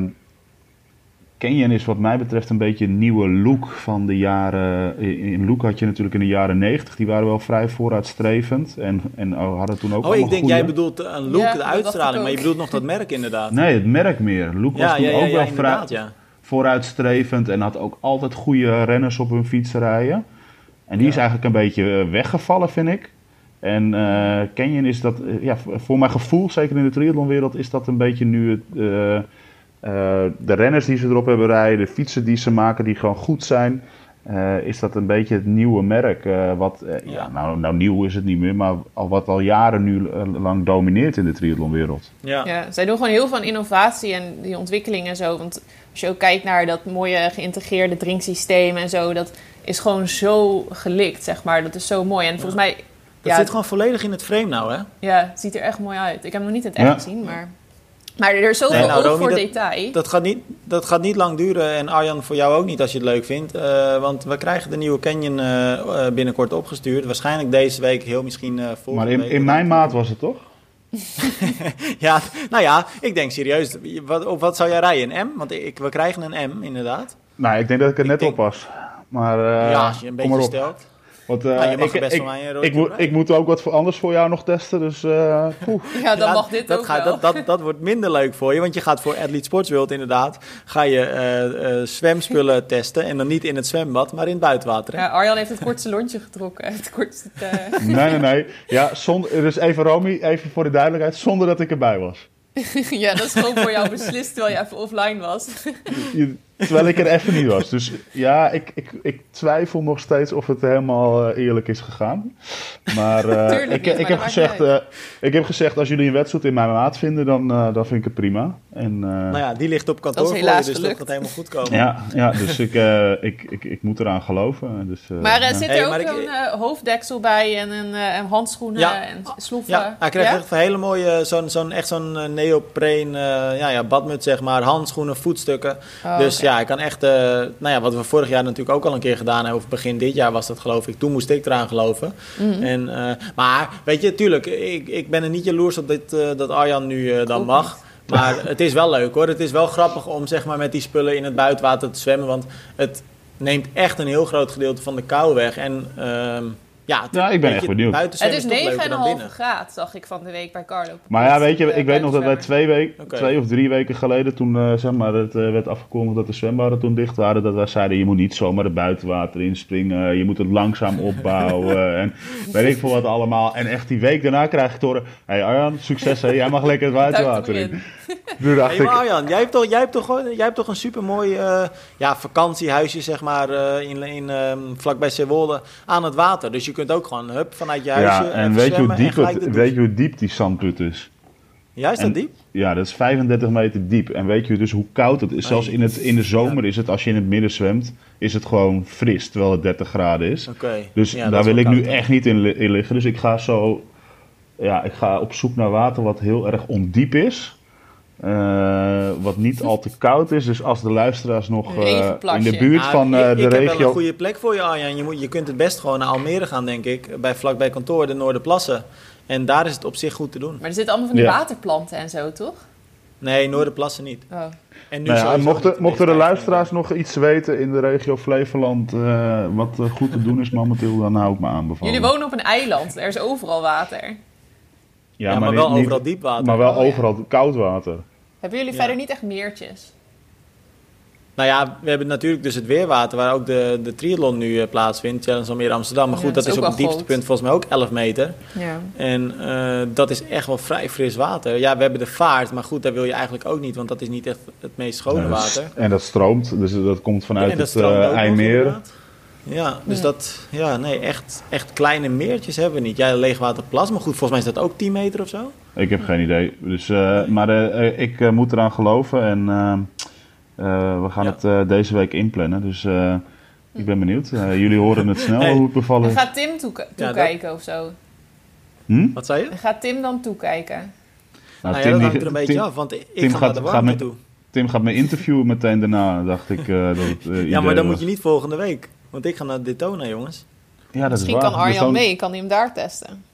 Speaker 2: Canyon is wat mij betreft een beetje een nieuwe look van de jaren, in look had je natuurlijk in de jaren negentig, die waren wel vrij vooruitstrevend en, en hadden toen ook
Speaker 1: Oh, ik denk
Speaker 2: goede...
Speaker 1: jij bedoelt een look,
Speaker 3: ja,
Speaker 1: de uitstraling, maar je bedoelt nog dat merk inderdaad.
Speaker 2: Nee, het merk meer. Look
Speaker 1: ja,
Speaker 2: was toen
Speaker 1: ja, ja,
Speaker 2: ook
Speaker 1: ja,
Speaker 2: wel
Speaker 1: vrij
Speaker 2: ja. vooruitstrevend en had ook altijd goede renners op hun fiets rijden. En die ja. is eigenlijk een beetje weggevallen, vind ik. En uh, Canyon is dat, uh, ja, voor mijn gevoel, zeker in de triathlonwereld, is dat een beetje nu het... Uh, Uh, de renners die ze erop hebben rijden, de fietsen die ze maken die gewoon goed zijn, uh, is dat een beetje het nieuwe merk. Uh, wat, uh, ja. ja, nou, nou nieuw is het niet meer, maar al wat al jaren nu uh, lang domineert in de triathlonwereld.
Speaker 3: Ja. ja, zij doen gewoon heel veel aan innovatie en die ontwikkeling en zo. Want als je ook kijkt naar dat mooie geïntegreerde drinksysteem en zo, dat is gewoon zo gelikt, zeg maar. Dat is zo mooi. En volgens
Speaker 1: ja.
Speaker 3: mij...
Speaker 1: Dat ja, zit gewoon volledig in het frame nou, hè?
Speaker 3: Ja, het ziet er echt mooi uit. Ik heb hem nog niet in het echt ja. gezien, maar... Maar er is zoveel nee, nou, oog Romy, voor
Speaker 1: dat,
Speaker 3: detail.
Speaker 1: Dat gaat, niet, dat gaat niet lang duren. En Arjan, voor jou ook niet als je het leuk vindt. Uh, want we krijgen de nieuwe Canyon uh, binnenkort opgestuurd. Waarschijnlijk deze week, heel misschien uh, volgende
Speaker 2: Maar in,
Speaker 1: week.
Speaker 2: in mijn maat was het toch?
Speaker 1: ja, nou ja, ik denk serieus. Wat, op wat zou jij rijden? Een M? Want ik, we krijgen een M, inderdaad.
Speaker 2: Nou, ik denk dat ik er ik net denk, op was. Maar, uh,
Speaker 1: ja, als je een beetje stelt.
Speaker 2: Want uh,
Speaker 1: nou, je mag
Speaker 2: ik,
Speaker 1: best
Speaker 2: ik,
Speaker 1: van mij een
Speaker 2: ik, moet, ik moet ook wat voor anders voor jou nog testen, dus uh,
Speaker 3: Ja, dan
Speaker 1: ja,
Speaker 3: mag dit
Speaker 1: dat
Speaker 3: ook
Speaker 1: gaat,
Speaker 3: wel.
Speaker 1: dat, dat, dat wordt minder leuk voor je, want je gaat voor Athlete Sports World inderdaad, ga je uh, uh, zwemspullen testen en dan niet in het zwembad, maar in het buitenwater. Hè?
Speaker 3: Ja, Arjan heeft het kortste lontje getrokken. Het kortste, uh...
Speaker 2: Nee, nee, nee. Ja, zonder, dus even Romy, even voor de duidelijkheid, zonder dat ik erbij was.
Speaker 3: Ja, dat is gewoon voor jou beslist terwijl je even offline was.
Speaker 2: Je, terwijl ik er even niet was. Dus ja, ik, ik, ik twijfel nog steeds of het helemaal uh, eerlijk is gegaan. Maar, uh,
Speaker 3: Tuurlijk
Speaker 2: ik,
Speaker 3: niet,
Speaker 2: ik,
Speaker 3: maar
Speaker 2: heb
Speaker 3: dat
Speaker 2: gezegd,
Speaker 3: maakt
Speaker 2: uh, ik heb gezegd, als jullie een wedstrijd in mijn maat vinden, dan, uh, dan vind ik het prima. En, uh,
Speaker 1: Nou ja, die ligt op kantoor
Speaker 3: Dat is
Speaker 1: voor je,
Speaker 3: helaas
Speaker 1: dus
Speaker 3: gelukt.
Speaker 1: dat gaat helemaal goed komen.
Speaker 2: ja, ja, dus ik, uh, ik, ik, ik moet eraan geloven. Dus, uh,
Speaker 3: Maar uh,
Speaker 2: ja.
Speaker 3: zit er
Speaker 1: Hey,
Speaker 3: ook
Speaker 1: maar ik-
Speaker 3: een uh, hoofddeksel bij en, een, uh, en handschoenen
Speaker 1: Ja.
Speaker 3: en sloffen?
Speaker 1: Ja, hij krijgt
Speaker 3: Ja?
Speaker 1: echt een hele mooie, zo'n, zo'n, echt zo'n uh, neopreen uh, ja, ja, badmuts, zeg maar, handschoenen, voetstukken.
Speaker 3: Oh,
Speaker 1: dus
Speaker 3: oké.
Speaker 1: ja, hij kan echt, uh, nou ja, wat we vorig jaar natuurlijk ook al een keer gedaan hebben, of begin dit jaar was dat geloof ik, toen moest ik eraan geloven.
Speaker 3: Mhm.
Speaker 1: En, uh, maar weet je, tuurlijk, ik, ik ben er niet jaloers op dit, uh, dat Arjan nu uh, dan
Speaker 3: Ook
Speaker 1: mag. Maar het is wel leuk hoor, het is wel grappig om zeg maar met die spullen in het buitenwater te zwemmen, want het neemt echt een heel groot gedeelte van de kou weg. En uh, ja,
Speaker 2: Ja, ik ben
Speaker 1: weet
Speaker 2: echt
Speaker 1: je,
Speaker 2: benieuwd.
Speaker 3: Het
Speaker 1: buiten zwemmen
Speaker 3: is
Speaker 1: toch leuker
Speaker 3: negen
Speaker 1: dan
Speaker 3: komma vijf
Speaker 1: binnen.
Speaker 3: graden, zag ik van de week bij Carlo.
Speaker 2: Maar ja, weet je,
Speaker 3: Uh,
Speaker 2: ik weet nog dat wij
Speaker 3: buitenzwemmer.
Speaker 2: twee, weken,
Speaker 1: Oké.
Speaker 2: twee of drie weken geleden, toen uh, zeg maar, het uh, werd afgekondigd dat de zwembaden toen dicht waren, dat wij zeiden, je moet niet zomaar het buitenwater inspringen, je moet het langzaam opbouwen en weet ik veel wat allemaal. En echt die week daarna krijg ik te horen, hé hey Arjan, succes hè, jij mag lekker het buitenwater
Speaker 3: Duik
Speaker 2: in.
Speaker 3: erin.
Speaker 2: Toen dacht
Speaker 1: Hey, maar
Speaker 2: ik,
Speaker 1: Arjan, jij hebt toch, jij hebt toch, gewoon- jij hebt toch een supermooi uh, ja, vakantiehuisje zeg maar, uh, in, in, um, vlakbij Zeewolde aan het water. Dus je kunt ook gewoon hup, vanuit je huisje
Speaker 2: ja,
Speaker 1: even
Speaker 2: en weet je, hoe
Speaker 1: zwemmen en
Speaker 2: diep
Speaker 1: gelijk
Speaker 2: het,
Speaker 1: de
Speaker 2: weet
Speaker 1: douche.
Speaker 2: je hoe diep die zandput is?
Speaker 1: Ja, is dat
Speaker 2: en-
Speaker 1: diep?
Speaker 2: Ja, dat is vijfendertig meter diep. En weet je dus hoe koud het is? Zelfs in, het, in de zomer is het, als je in het midden zwemt, is het gewoon fris, terwijl het dertig graden is.
Speaker 1: Oké.
Speaker 2: Dus
Speaker 1: Ja, dat
Speaker 2: daar
Speaker 1: is
Speaker 2: wil
Speaker 1: wel
Speaker 2: ik nu
Speaker 1: koud, hè?
Speaker 2: echt niet in, li- in liggen. Dus ik ga zo, ja, ik ga op zoek naar water wat heel erg ondiep is. Eh, wat niet al te koud is. Dus als de luisteraars nog
Speaker 3: Een
Speaker 2: eh,
Speaker 3: regenplasje.
Speaker 2: in de buurt
Speaker 1: Nou,
Speaker 2: van
Speaker 1: ik,
Speaker 2: eh,
Speaker 1: ik
Speaker 2: de
Speaker 1: heb wel een
Speaker 2: regio...
Speaker 1: goede plek voor je, Arjan. Je, moet, je kunt het best gewoon naar Almere gaan, denk ik. Bij, vlakbij kantoor, de Noorderplassen. En daar is het op zich goed te doen.
Speaker 3: Maar er zitten allemaal van die
Speaker 2: Ja.
Speaker 3: waterplanten en zo, toch?
Speaker 1: Nee, Noorderplassen niet.
Speaker 3: Oh.
Speaker 1: En nu
Speaker 2: Nou ja,
Speaker 1: sowieso
Speaker 2: mochten,
Speaker 1: niet in
Speaker 2: mochten de
Speaker 1: deze tijd.
Speaker 2: luisteraars nog iets weten in de regio Flevoland eh, wat eh, goed te doen is momenteel, dan hou ik me aanbevolen.
Speaker 3: Jullie wonen op een eiland, er is overal water.
Speaker 1: Ja, maar wel
Speaker 2: niet-
Speaker 1: overal diep water.
Speaker 2: Maar wel
Speaker 3: Oh, ja.
Speaker 2: overal koud water.
Speaker 3: Hebben jullie
Speaker 1: Ja.
Speaker 3: verder niet echt meertjes?
Speaker 1: Nou ja, we hebben natuurlijk dus het weerwater waar ook de, de triathlon nu uh, plaatsvindt. Challenge Almere Amsterdam. Maar
Speaker 3: Ja,
Speaker 1: goed,
Speaker 3: dat
Speaker 1: dat
Speaker 3: is
Speaker 1: is
Speaker 3: ook
Speaker 1: op het
Speaker 3: wel
Speaker 1: diepste
Speaker 3: groot.
Speaker 1: punt volgens mij ook elf meter.
Speaker 3: Ja.
Speaker 1: En uh, dat is echt wel vrij fris water. Ja, we hebben de vaart, maar goed, dat wil je eigenlijk ook niet. Want dat is niet echt het meest schone
Speaker 2: Ja, dat is-
Speaker 1: water.
Speaker 2: En dat stroomt, dus dat komt vanuit
Speaker 1: en dat
Speaker 2: het
Speaker 1: stroomt
Speaker 2: eh,
Speaker 1: ook nog
Speaker 2: IJmeer.
Speaker 1: inderdaad. Ja, dus
Speaker 3: Ja.
Speaker 1: dat, ja, nee, echt, echt kleine meertjes hebben we niet. Ja, leegwaterplas, maar goed, volgens mij is dat ook tien meter of zo.
Speaker 2: Ik heb geen idee. Dus, eh, maar eh, eh, ik eh, moet eraan geloven en eh, eh, we gaan
Speaker 1: Ja.
Speaker 2: het eh, deze week inplannen. Dus eh, ik ben benieuwd. Eh, jullie horen het snel
Speaker 1: Hey.
Speaker 2: hoe het bevallen
Speaker 3: En
Speaker 2: is.
Speaker 3: gaat Tim toek- toekijken of zo?
Speaker 2: Hm?
Speaker 1: Wat zei je?
Speaker 3: En gaat Tim dan toekijken?
Speaker 2: Nou,
Speaker 1: Nou, ja,
Speaker 2: Tim,
Speaker 1: dat
Speaker 2: die-
Speaker 1: hangt er een beetje
Speaker 2: Tim-
Speaker 1: af, want ik
Speaker 2: Tim
Speaker 1: ga
Speaker 2: gaat-
Speaker 1: naar de
Speaker 2: gaat
Speaker 1: warmte
Speaker 2: met-
Speaker 1: toe.
Speaker 2: Tim gaat me interviewen meteen daarna, dacht ik. eh, dat het, eh,
Speaker 1: Ja,
Speaker 2: idee
Speaker 1: maar dan
Speaker 2: was.
Speaker 1: moet je niet volgende week. Want ik ga naar Daytona, jongens.
Speaker 2: Ja, dat
Speaker 3: Misschien
Speaker 2: is waar.
Speaker 3: kan Arjan
Speaker 2: Dus dan-
Speaker 3: mee, kan hij hem daar testen.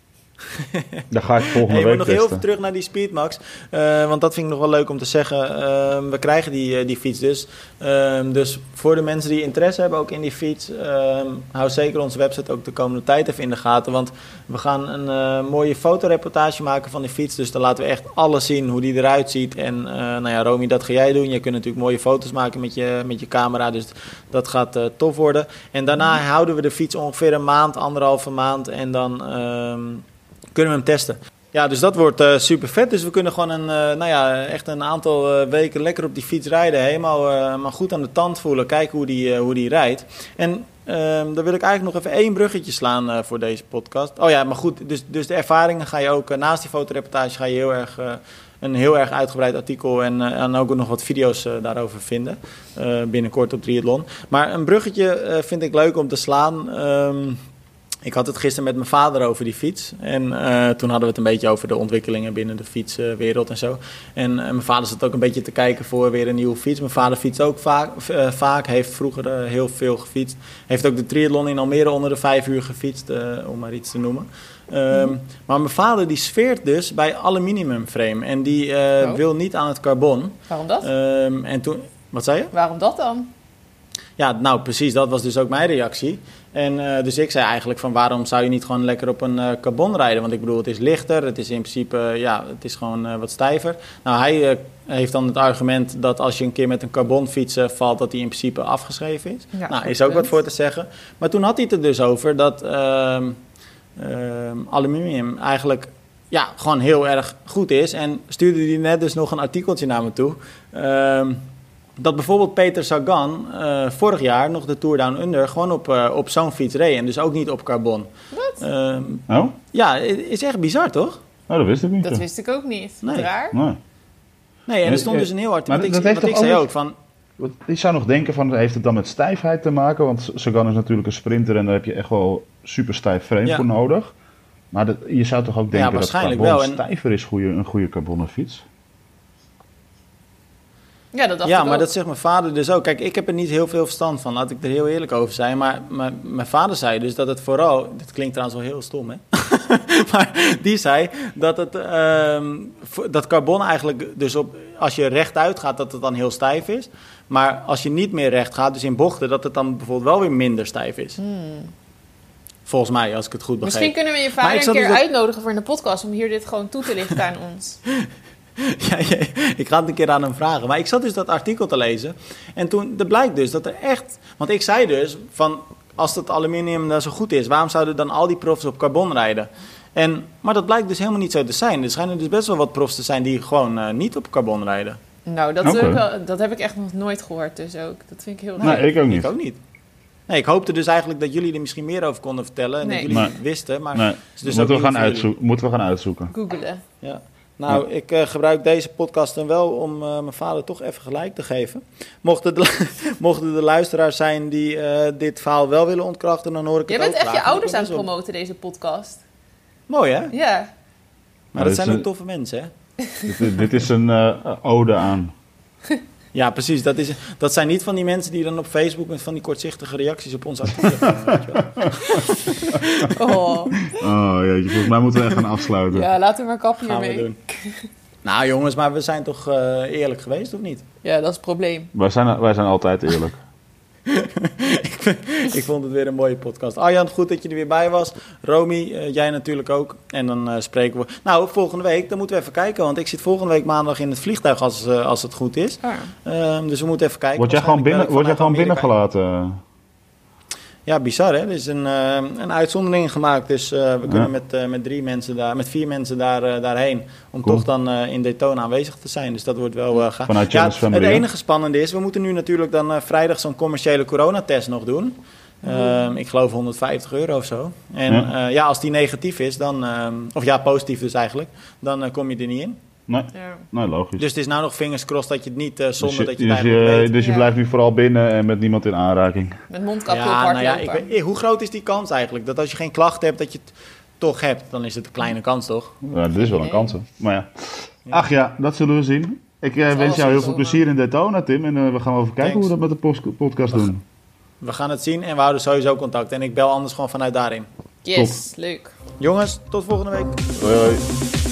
Speaker 2: Dan ga ik volgende
Speaker 1: Hey, maar
Speaker 2: week
Speaker 1: nog heel
Speaker 2: testen.
Speaker 1: even terug naar die Speedmax. Uh, want dat vind ik nog wel leuk om te zeggen. Uh, we krijgen die, uh, die fiets dus. Uh, dus voor de mensen die interesse hebben ook in die fiets. Uh, hou zeker onze website ook de komende tijd even in de gaten. Want we gaan een uh, mooie fotoreportage maken van die fiets. Dus dan laten we echt alles zien hoe die eruit ziet. En uh, nou ja, Romy, dat ga jij doen. Je kunt natuurlijk mooie foto's maken met je, met je camera. Dus dat gaat uh, tof worden. En daarna houden we de fiets ongeveer een maand, anderhalve maand. En dan... Uh, kunnen we hem testen. Ja, dus dat wordt uh, super vet. Dus we kunnen gewoon een, uh, nou ja, echt een aantal uh, weken lekker op die fiets rijden. Helemaal uh, maar goed aan de tand voelen. Kijken hoe die, uh, hoe die rijdt. En uh, dan wil ik eigenlijk nog even één bruggetje slaan uh, voor deze podcast. Oh ja, maar goed. Dus, dus de ervaringen ga je ook, uh, naast die fotoreportage ga je heel erg... Uh, een heel erg uitgebreid artikel en, uh, en ook nog wat video's uh, daarover vinden. Uh, binnenkort op Triathlon. Maar een bruggetje uh, vind ik leuk om te slaan... Um, Ik had het gisteren met mijn vader over die fiets. En uh, toen hadden we het een beetje over de ontwikkelingen binnen de fietswereld en zo. En uh, mijn vader zat ook een beetje te kijken voor weer een nieuwe fiets. Mijn vader fietst ook vaak, uh, vaak heeft vroeger uh, heel veel gefietst. Heeft ook de triathlon in Almere onder de vijf uur gefietst, uh, om maar iets te noemen. Um, mm. Maar mijn vader die sfeert dus bij aluminiumframe. En die uh, oh. wil niet aan het carbon.
Speaker 3: Waarom dat?
Speaker 1: Um, en toen, wat zei je?
Speaker 3: Waarom dat dan?
Speaker 1: Ja, nou precies, dat was dus ook mijn reactie. En uh, dus ik zei eigenlijk van waarom zou je niet gewoon lekker op een uh, carbon rijden? Want ik bedoel, het is lichter, het is in principe, uh, ja, het is gewoon uh, wat stijver. Nou, hij uh, heeft dan het argument dat als je een keer met een carbon fietsen valt, dat die in principe afgeschreven is. Ja, nou, is ook punt. Wat voor te zeggen. Maar toen had hij het er dus over dat uh, uh, aluminium eigenlijk ja, gewoon heel erg goed is. En stuurde hij net dus nog een artikeltje naar me toe. Uh, Dat bijvoorbeeld Peter Sagan uh, vorig jaar nog de Tour Down Under gewoon op, uh, op zo'n fiets reed. En dus ook niet op carbon.
Speaker 3: Wat?
Speaker 2: Uh, oh?
Speaker 1: Ja, is echt bizar, toch?
Speaker 2: Oh, dat wist ik niet.
Speaker 3: Dat wist ik ook niet.
Speaker 1: Nee.
Speaker 3: Raar.
Speaker 2: Nee.
Speaker 1: Nee, en er stond dus een heel artikel.
Speaker 2: Maar
Speaker 1: wat
Speaker 2: dat
Speaker 1: ik, wat ik zei ook van...
Speaker 2: Ik zou nog denken van, heeft het dan met stijfheid te maken? Want Sagan is natuurlijk een sprinter en daar heb je echt wel super stijf frame ja. voor nodig. Maar dat, je zou toch ook denken ja, dat carbon wel. En... stijver is goeie, een goede carbonnen fiets?
Speaker 3: Ja, dat dacht
Speaker 1: ja
Speaker 3: ik
Speaker 1: maar
Speaker 3: ook.
Speaker 1: dat zegt mijn vader dus ook. Kijk, ik heb er niet heel veel verstand van, laat ik er heel eerlijk over zijn. Maar, maar mijn vader zei dus dat het vooral... Dit klinkt trouwens wel heel stom, hè? Maar die zei dat het um, dat carbon eigenlijk dus op... Als je rechtuit gaat, dat het dan heel stijf is. Maar als je niet meer recht gaat, dus in bochten... dat het dan bijvoorbeeld wel weer minder stijf is.
Speaker 3: Hmm.
Speaker 1: Volgens mij, als ik het goed begrijp.
Speaker 3: Misschien kunnen we je vader een keer dus uitnodigen voor in de podcast... om hier dit gewoon toe te lichten aan ons.
Speaker 1: Ja, ja, ik ga het een keer aan hem vragen. Maar ik zat dus dat artikel te lezen. En toen er blijkt dus dat er echt... Want ik zei dus, van als dat aluminium daar zo goed is... waarom zouden dan al die profs op carbon rijden? En, maar dat blijkt dus helemaal niet zo te zijn. Er schijnen dus best wel wat profs te zijn... die gewoon uh, niet op carbon rijden.
Speaker 3: Nou, dat, okay. wel, dat heb ik echt nog nooit gehoord. Dus ook. Dat vind ik heel leuk.
Speaker 2: Nee, ik ook niet.
Speaker 1: Ik ook niet. Nee, ik hoopte dus eigenlijk dat jullie er misschien meer over konden vertellen. En nee. dat jullie
Speaker 2: nee.
Speaker 1: het wisten. Maar
Speaker 2: nee.
Speaker 1: dus
Speaker 2: moeten, we gaan uitzoeken, moeten we gaan uitzoeken.
Speaker 3: Googelen.
Speaker 1: Ja. Nou, ja. ik uh, gebruik deze podcast dan wel om uh, mijn vader toch even gelijk te geven. Mochten de, mochten de luisteraars zijn die uh, dit verhaal wel willen ontkrachten, dan hoor ik
Speaker 3: Jij
Speaker 1: het ook
Speaker 3: graag. Je bent echt je ouders aan het
Speaker 1: op.
Speaker 3: promoten, deze podcast.
Speaker 1: Mooi, hè?
Speaker 3: Ja.
Speaker 1: Maar
Speaker 2: nou,
Speaker 1: dat zijn ook
Speaker 2: een,
Speaker 1: toffe mensen, hè?
Speaker 2: Dit, dit is een uh, ode aan.
Speaker 1: Ja, precies. Dat, is, dat zijn niet van die mensen die dan op Facebook met van die kortzichtige reacties op ons artikel gaan.
Speaker 3: Oh.
Speaker 2: Oh, jeetje. Volgens mij moeten we echt gaan afsluiten.
Speaker 3: Ja, laten we maar kappen
Speaker 1: gaan
Speaker 3: hiermee.
Speaker 1: We doen. Nou jongens, maar we zijn toch uh, eerlijk geweest, of niet?
Speaker 3: Ja, dat is het probleem.
Speaker 2: Wij zijn, wij zijn altijd eerlijk.
Speaker 1: ik, ik vond het weer een mooie podcast. Arjan, goed dat je er weer bij was. Romy, uh, jij natuurlijk ook. En dan uh, spreken we... Nou, volgende week, dan moeten we even kijken. Want ik zit volgende week maandag in het vliegtuig als, uh, als het goed is.
Speaker 3: Ah.
Speaker 1: Uh, dus we moeten even kijken.
Speaker 2: Word jij gewoon, binnen, word jij gewoon binnengelaten?
Speaker 1: Ja, bizar hè. Er is een, uh, een uitzondering gemaakt. Dus uh, we kunnen ja. met, uh, met drie mensen daar, met vier mensen daar, uh, daarheen. Om cool. toch dan uh, in Daytona aanwezig te zijn. Dus dat wordt wel uh, gaaf.
Speaker 2: Vanuit
Speaker 1: ja,
Speaker 2: family,
Speaker 1: het enige spannende is, we moeten nu natuurlijk dan uh, vrijdag zo'n commerciële coronatest nog doen. Uh, ik geloof honderdvijftig euro of zo. En ja, uh, ja als die negatief is, dan, uh, of ja, positief dus eigenlijk, dan uh, kom je er niet in.
Speaker 2: Nee, ja. nee, logisch.
Speaker 1: Dus het is nou nog fingers crossed dat je het niet, uh, zonder
Speaker 2: dus je,
Speaker 1: dat je het
Speaker 2: dus
Speaker 1: eigenlijk
Speaker 2: je,
Speaker 1: weet.
Speaker 2: Dus je ja. blijft nu vooral binnen en met niemand in aanraking.
Speaker 3: Met mondkapje
Speaker 1: ja,
Speaker 3: op hard
Speaker 1: nou ja,
Speaker 3: lopen.
Speaker 1: ik weet, hoe groot is die kans eigenlijk? Dat als je geen klachten hebt, dat je het toch hebt. Dan is het een kleine kans, toch?
Speaker 2: Ja, dat is wel een kans. Maar ja. Ach ja, dat zullen we zien. Ik uh, wens jou heel veel plezier in Daytona, Tim. En uh, we gaan even kijken Thanks. hoe we dat met de podcast
Speaker 1: we
Speaker 2: doen.
Speaker 1: We gaan het zien en we houden sowieso contact. En ik bel anders gewoon vanuit daarin.
Speaker 3: Yes, Top. Leuk.
Speaker 1: Jongens, tot volgende week.
Speaker 2: Hoi hoi.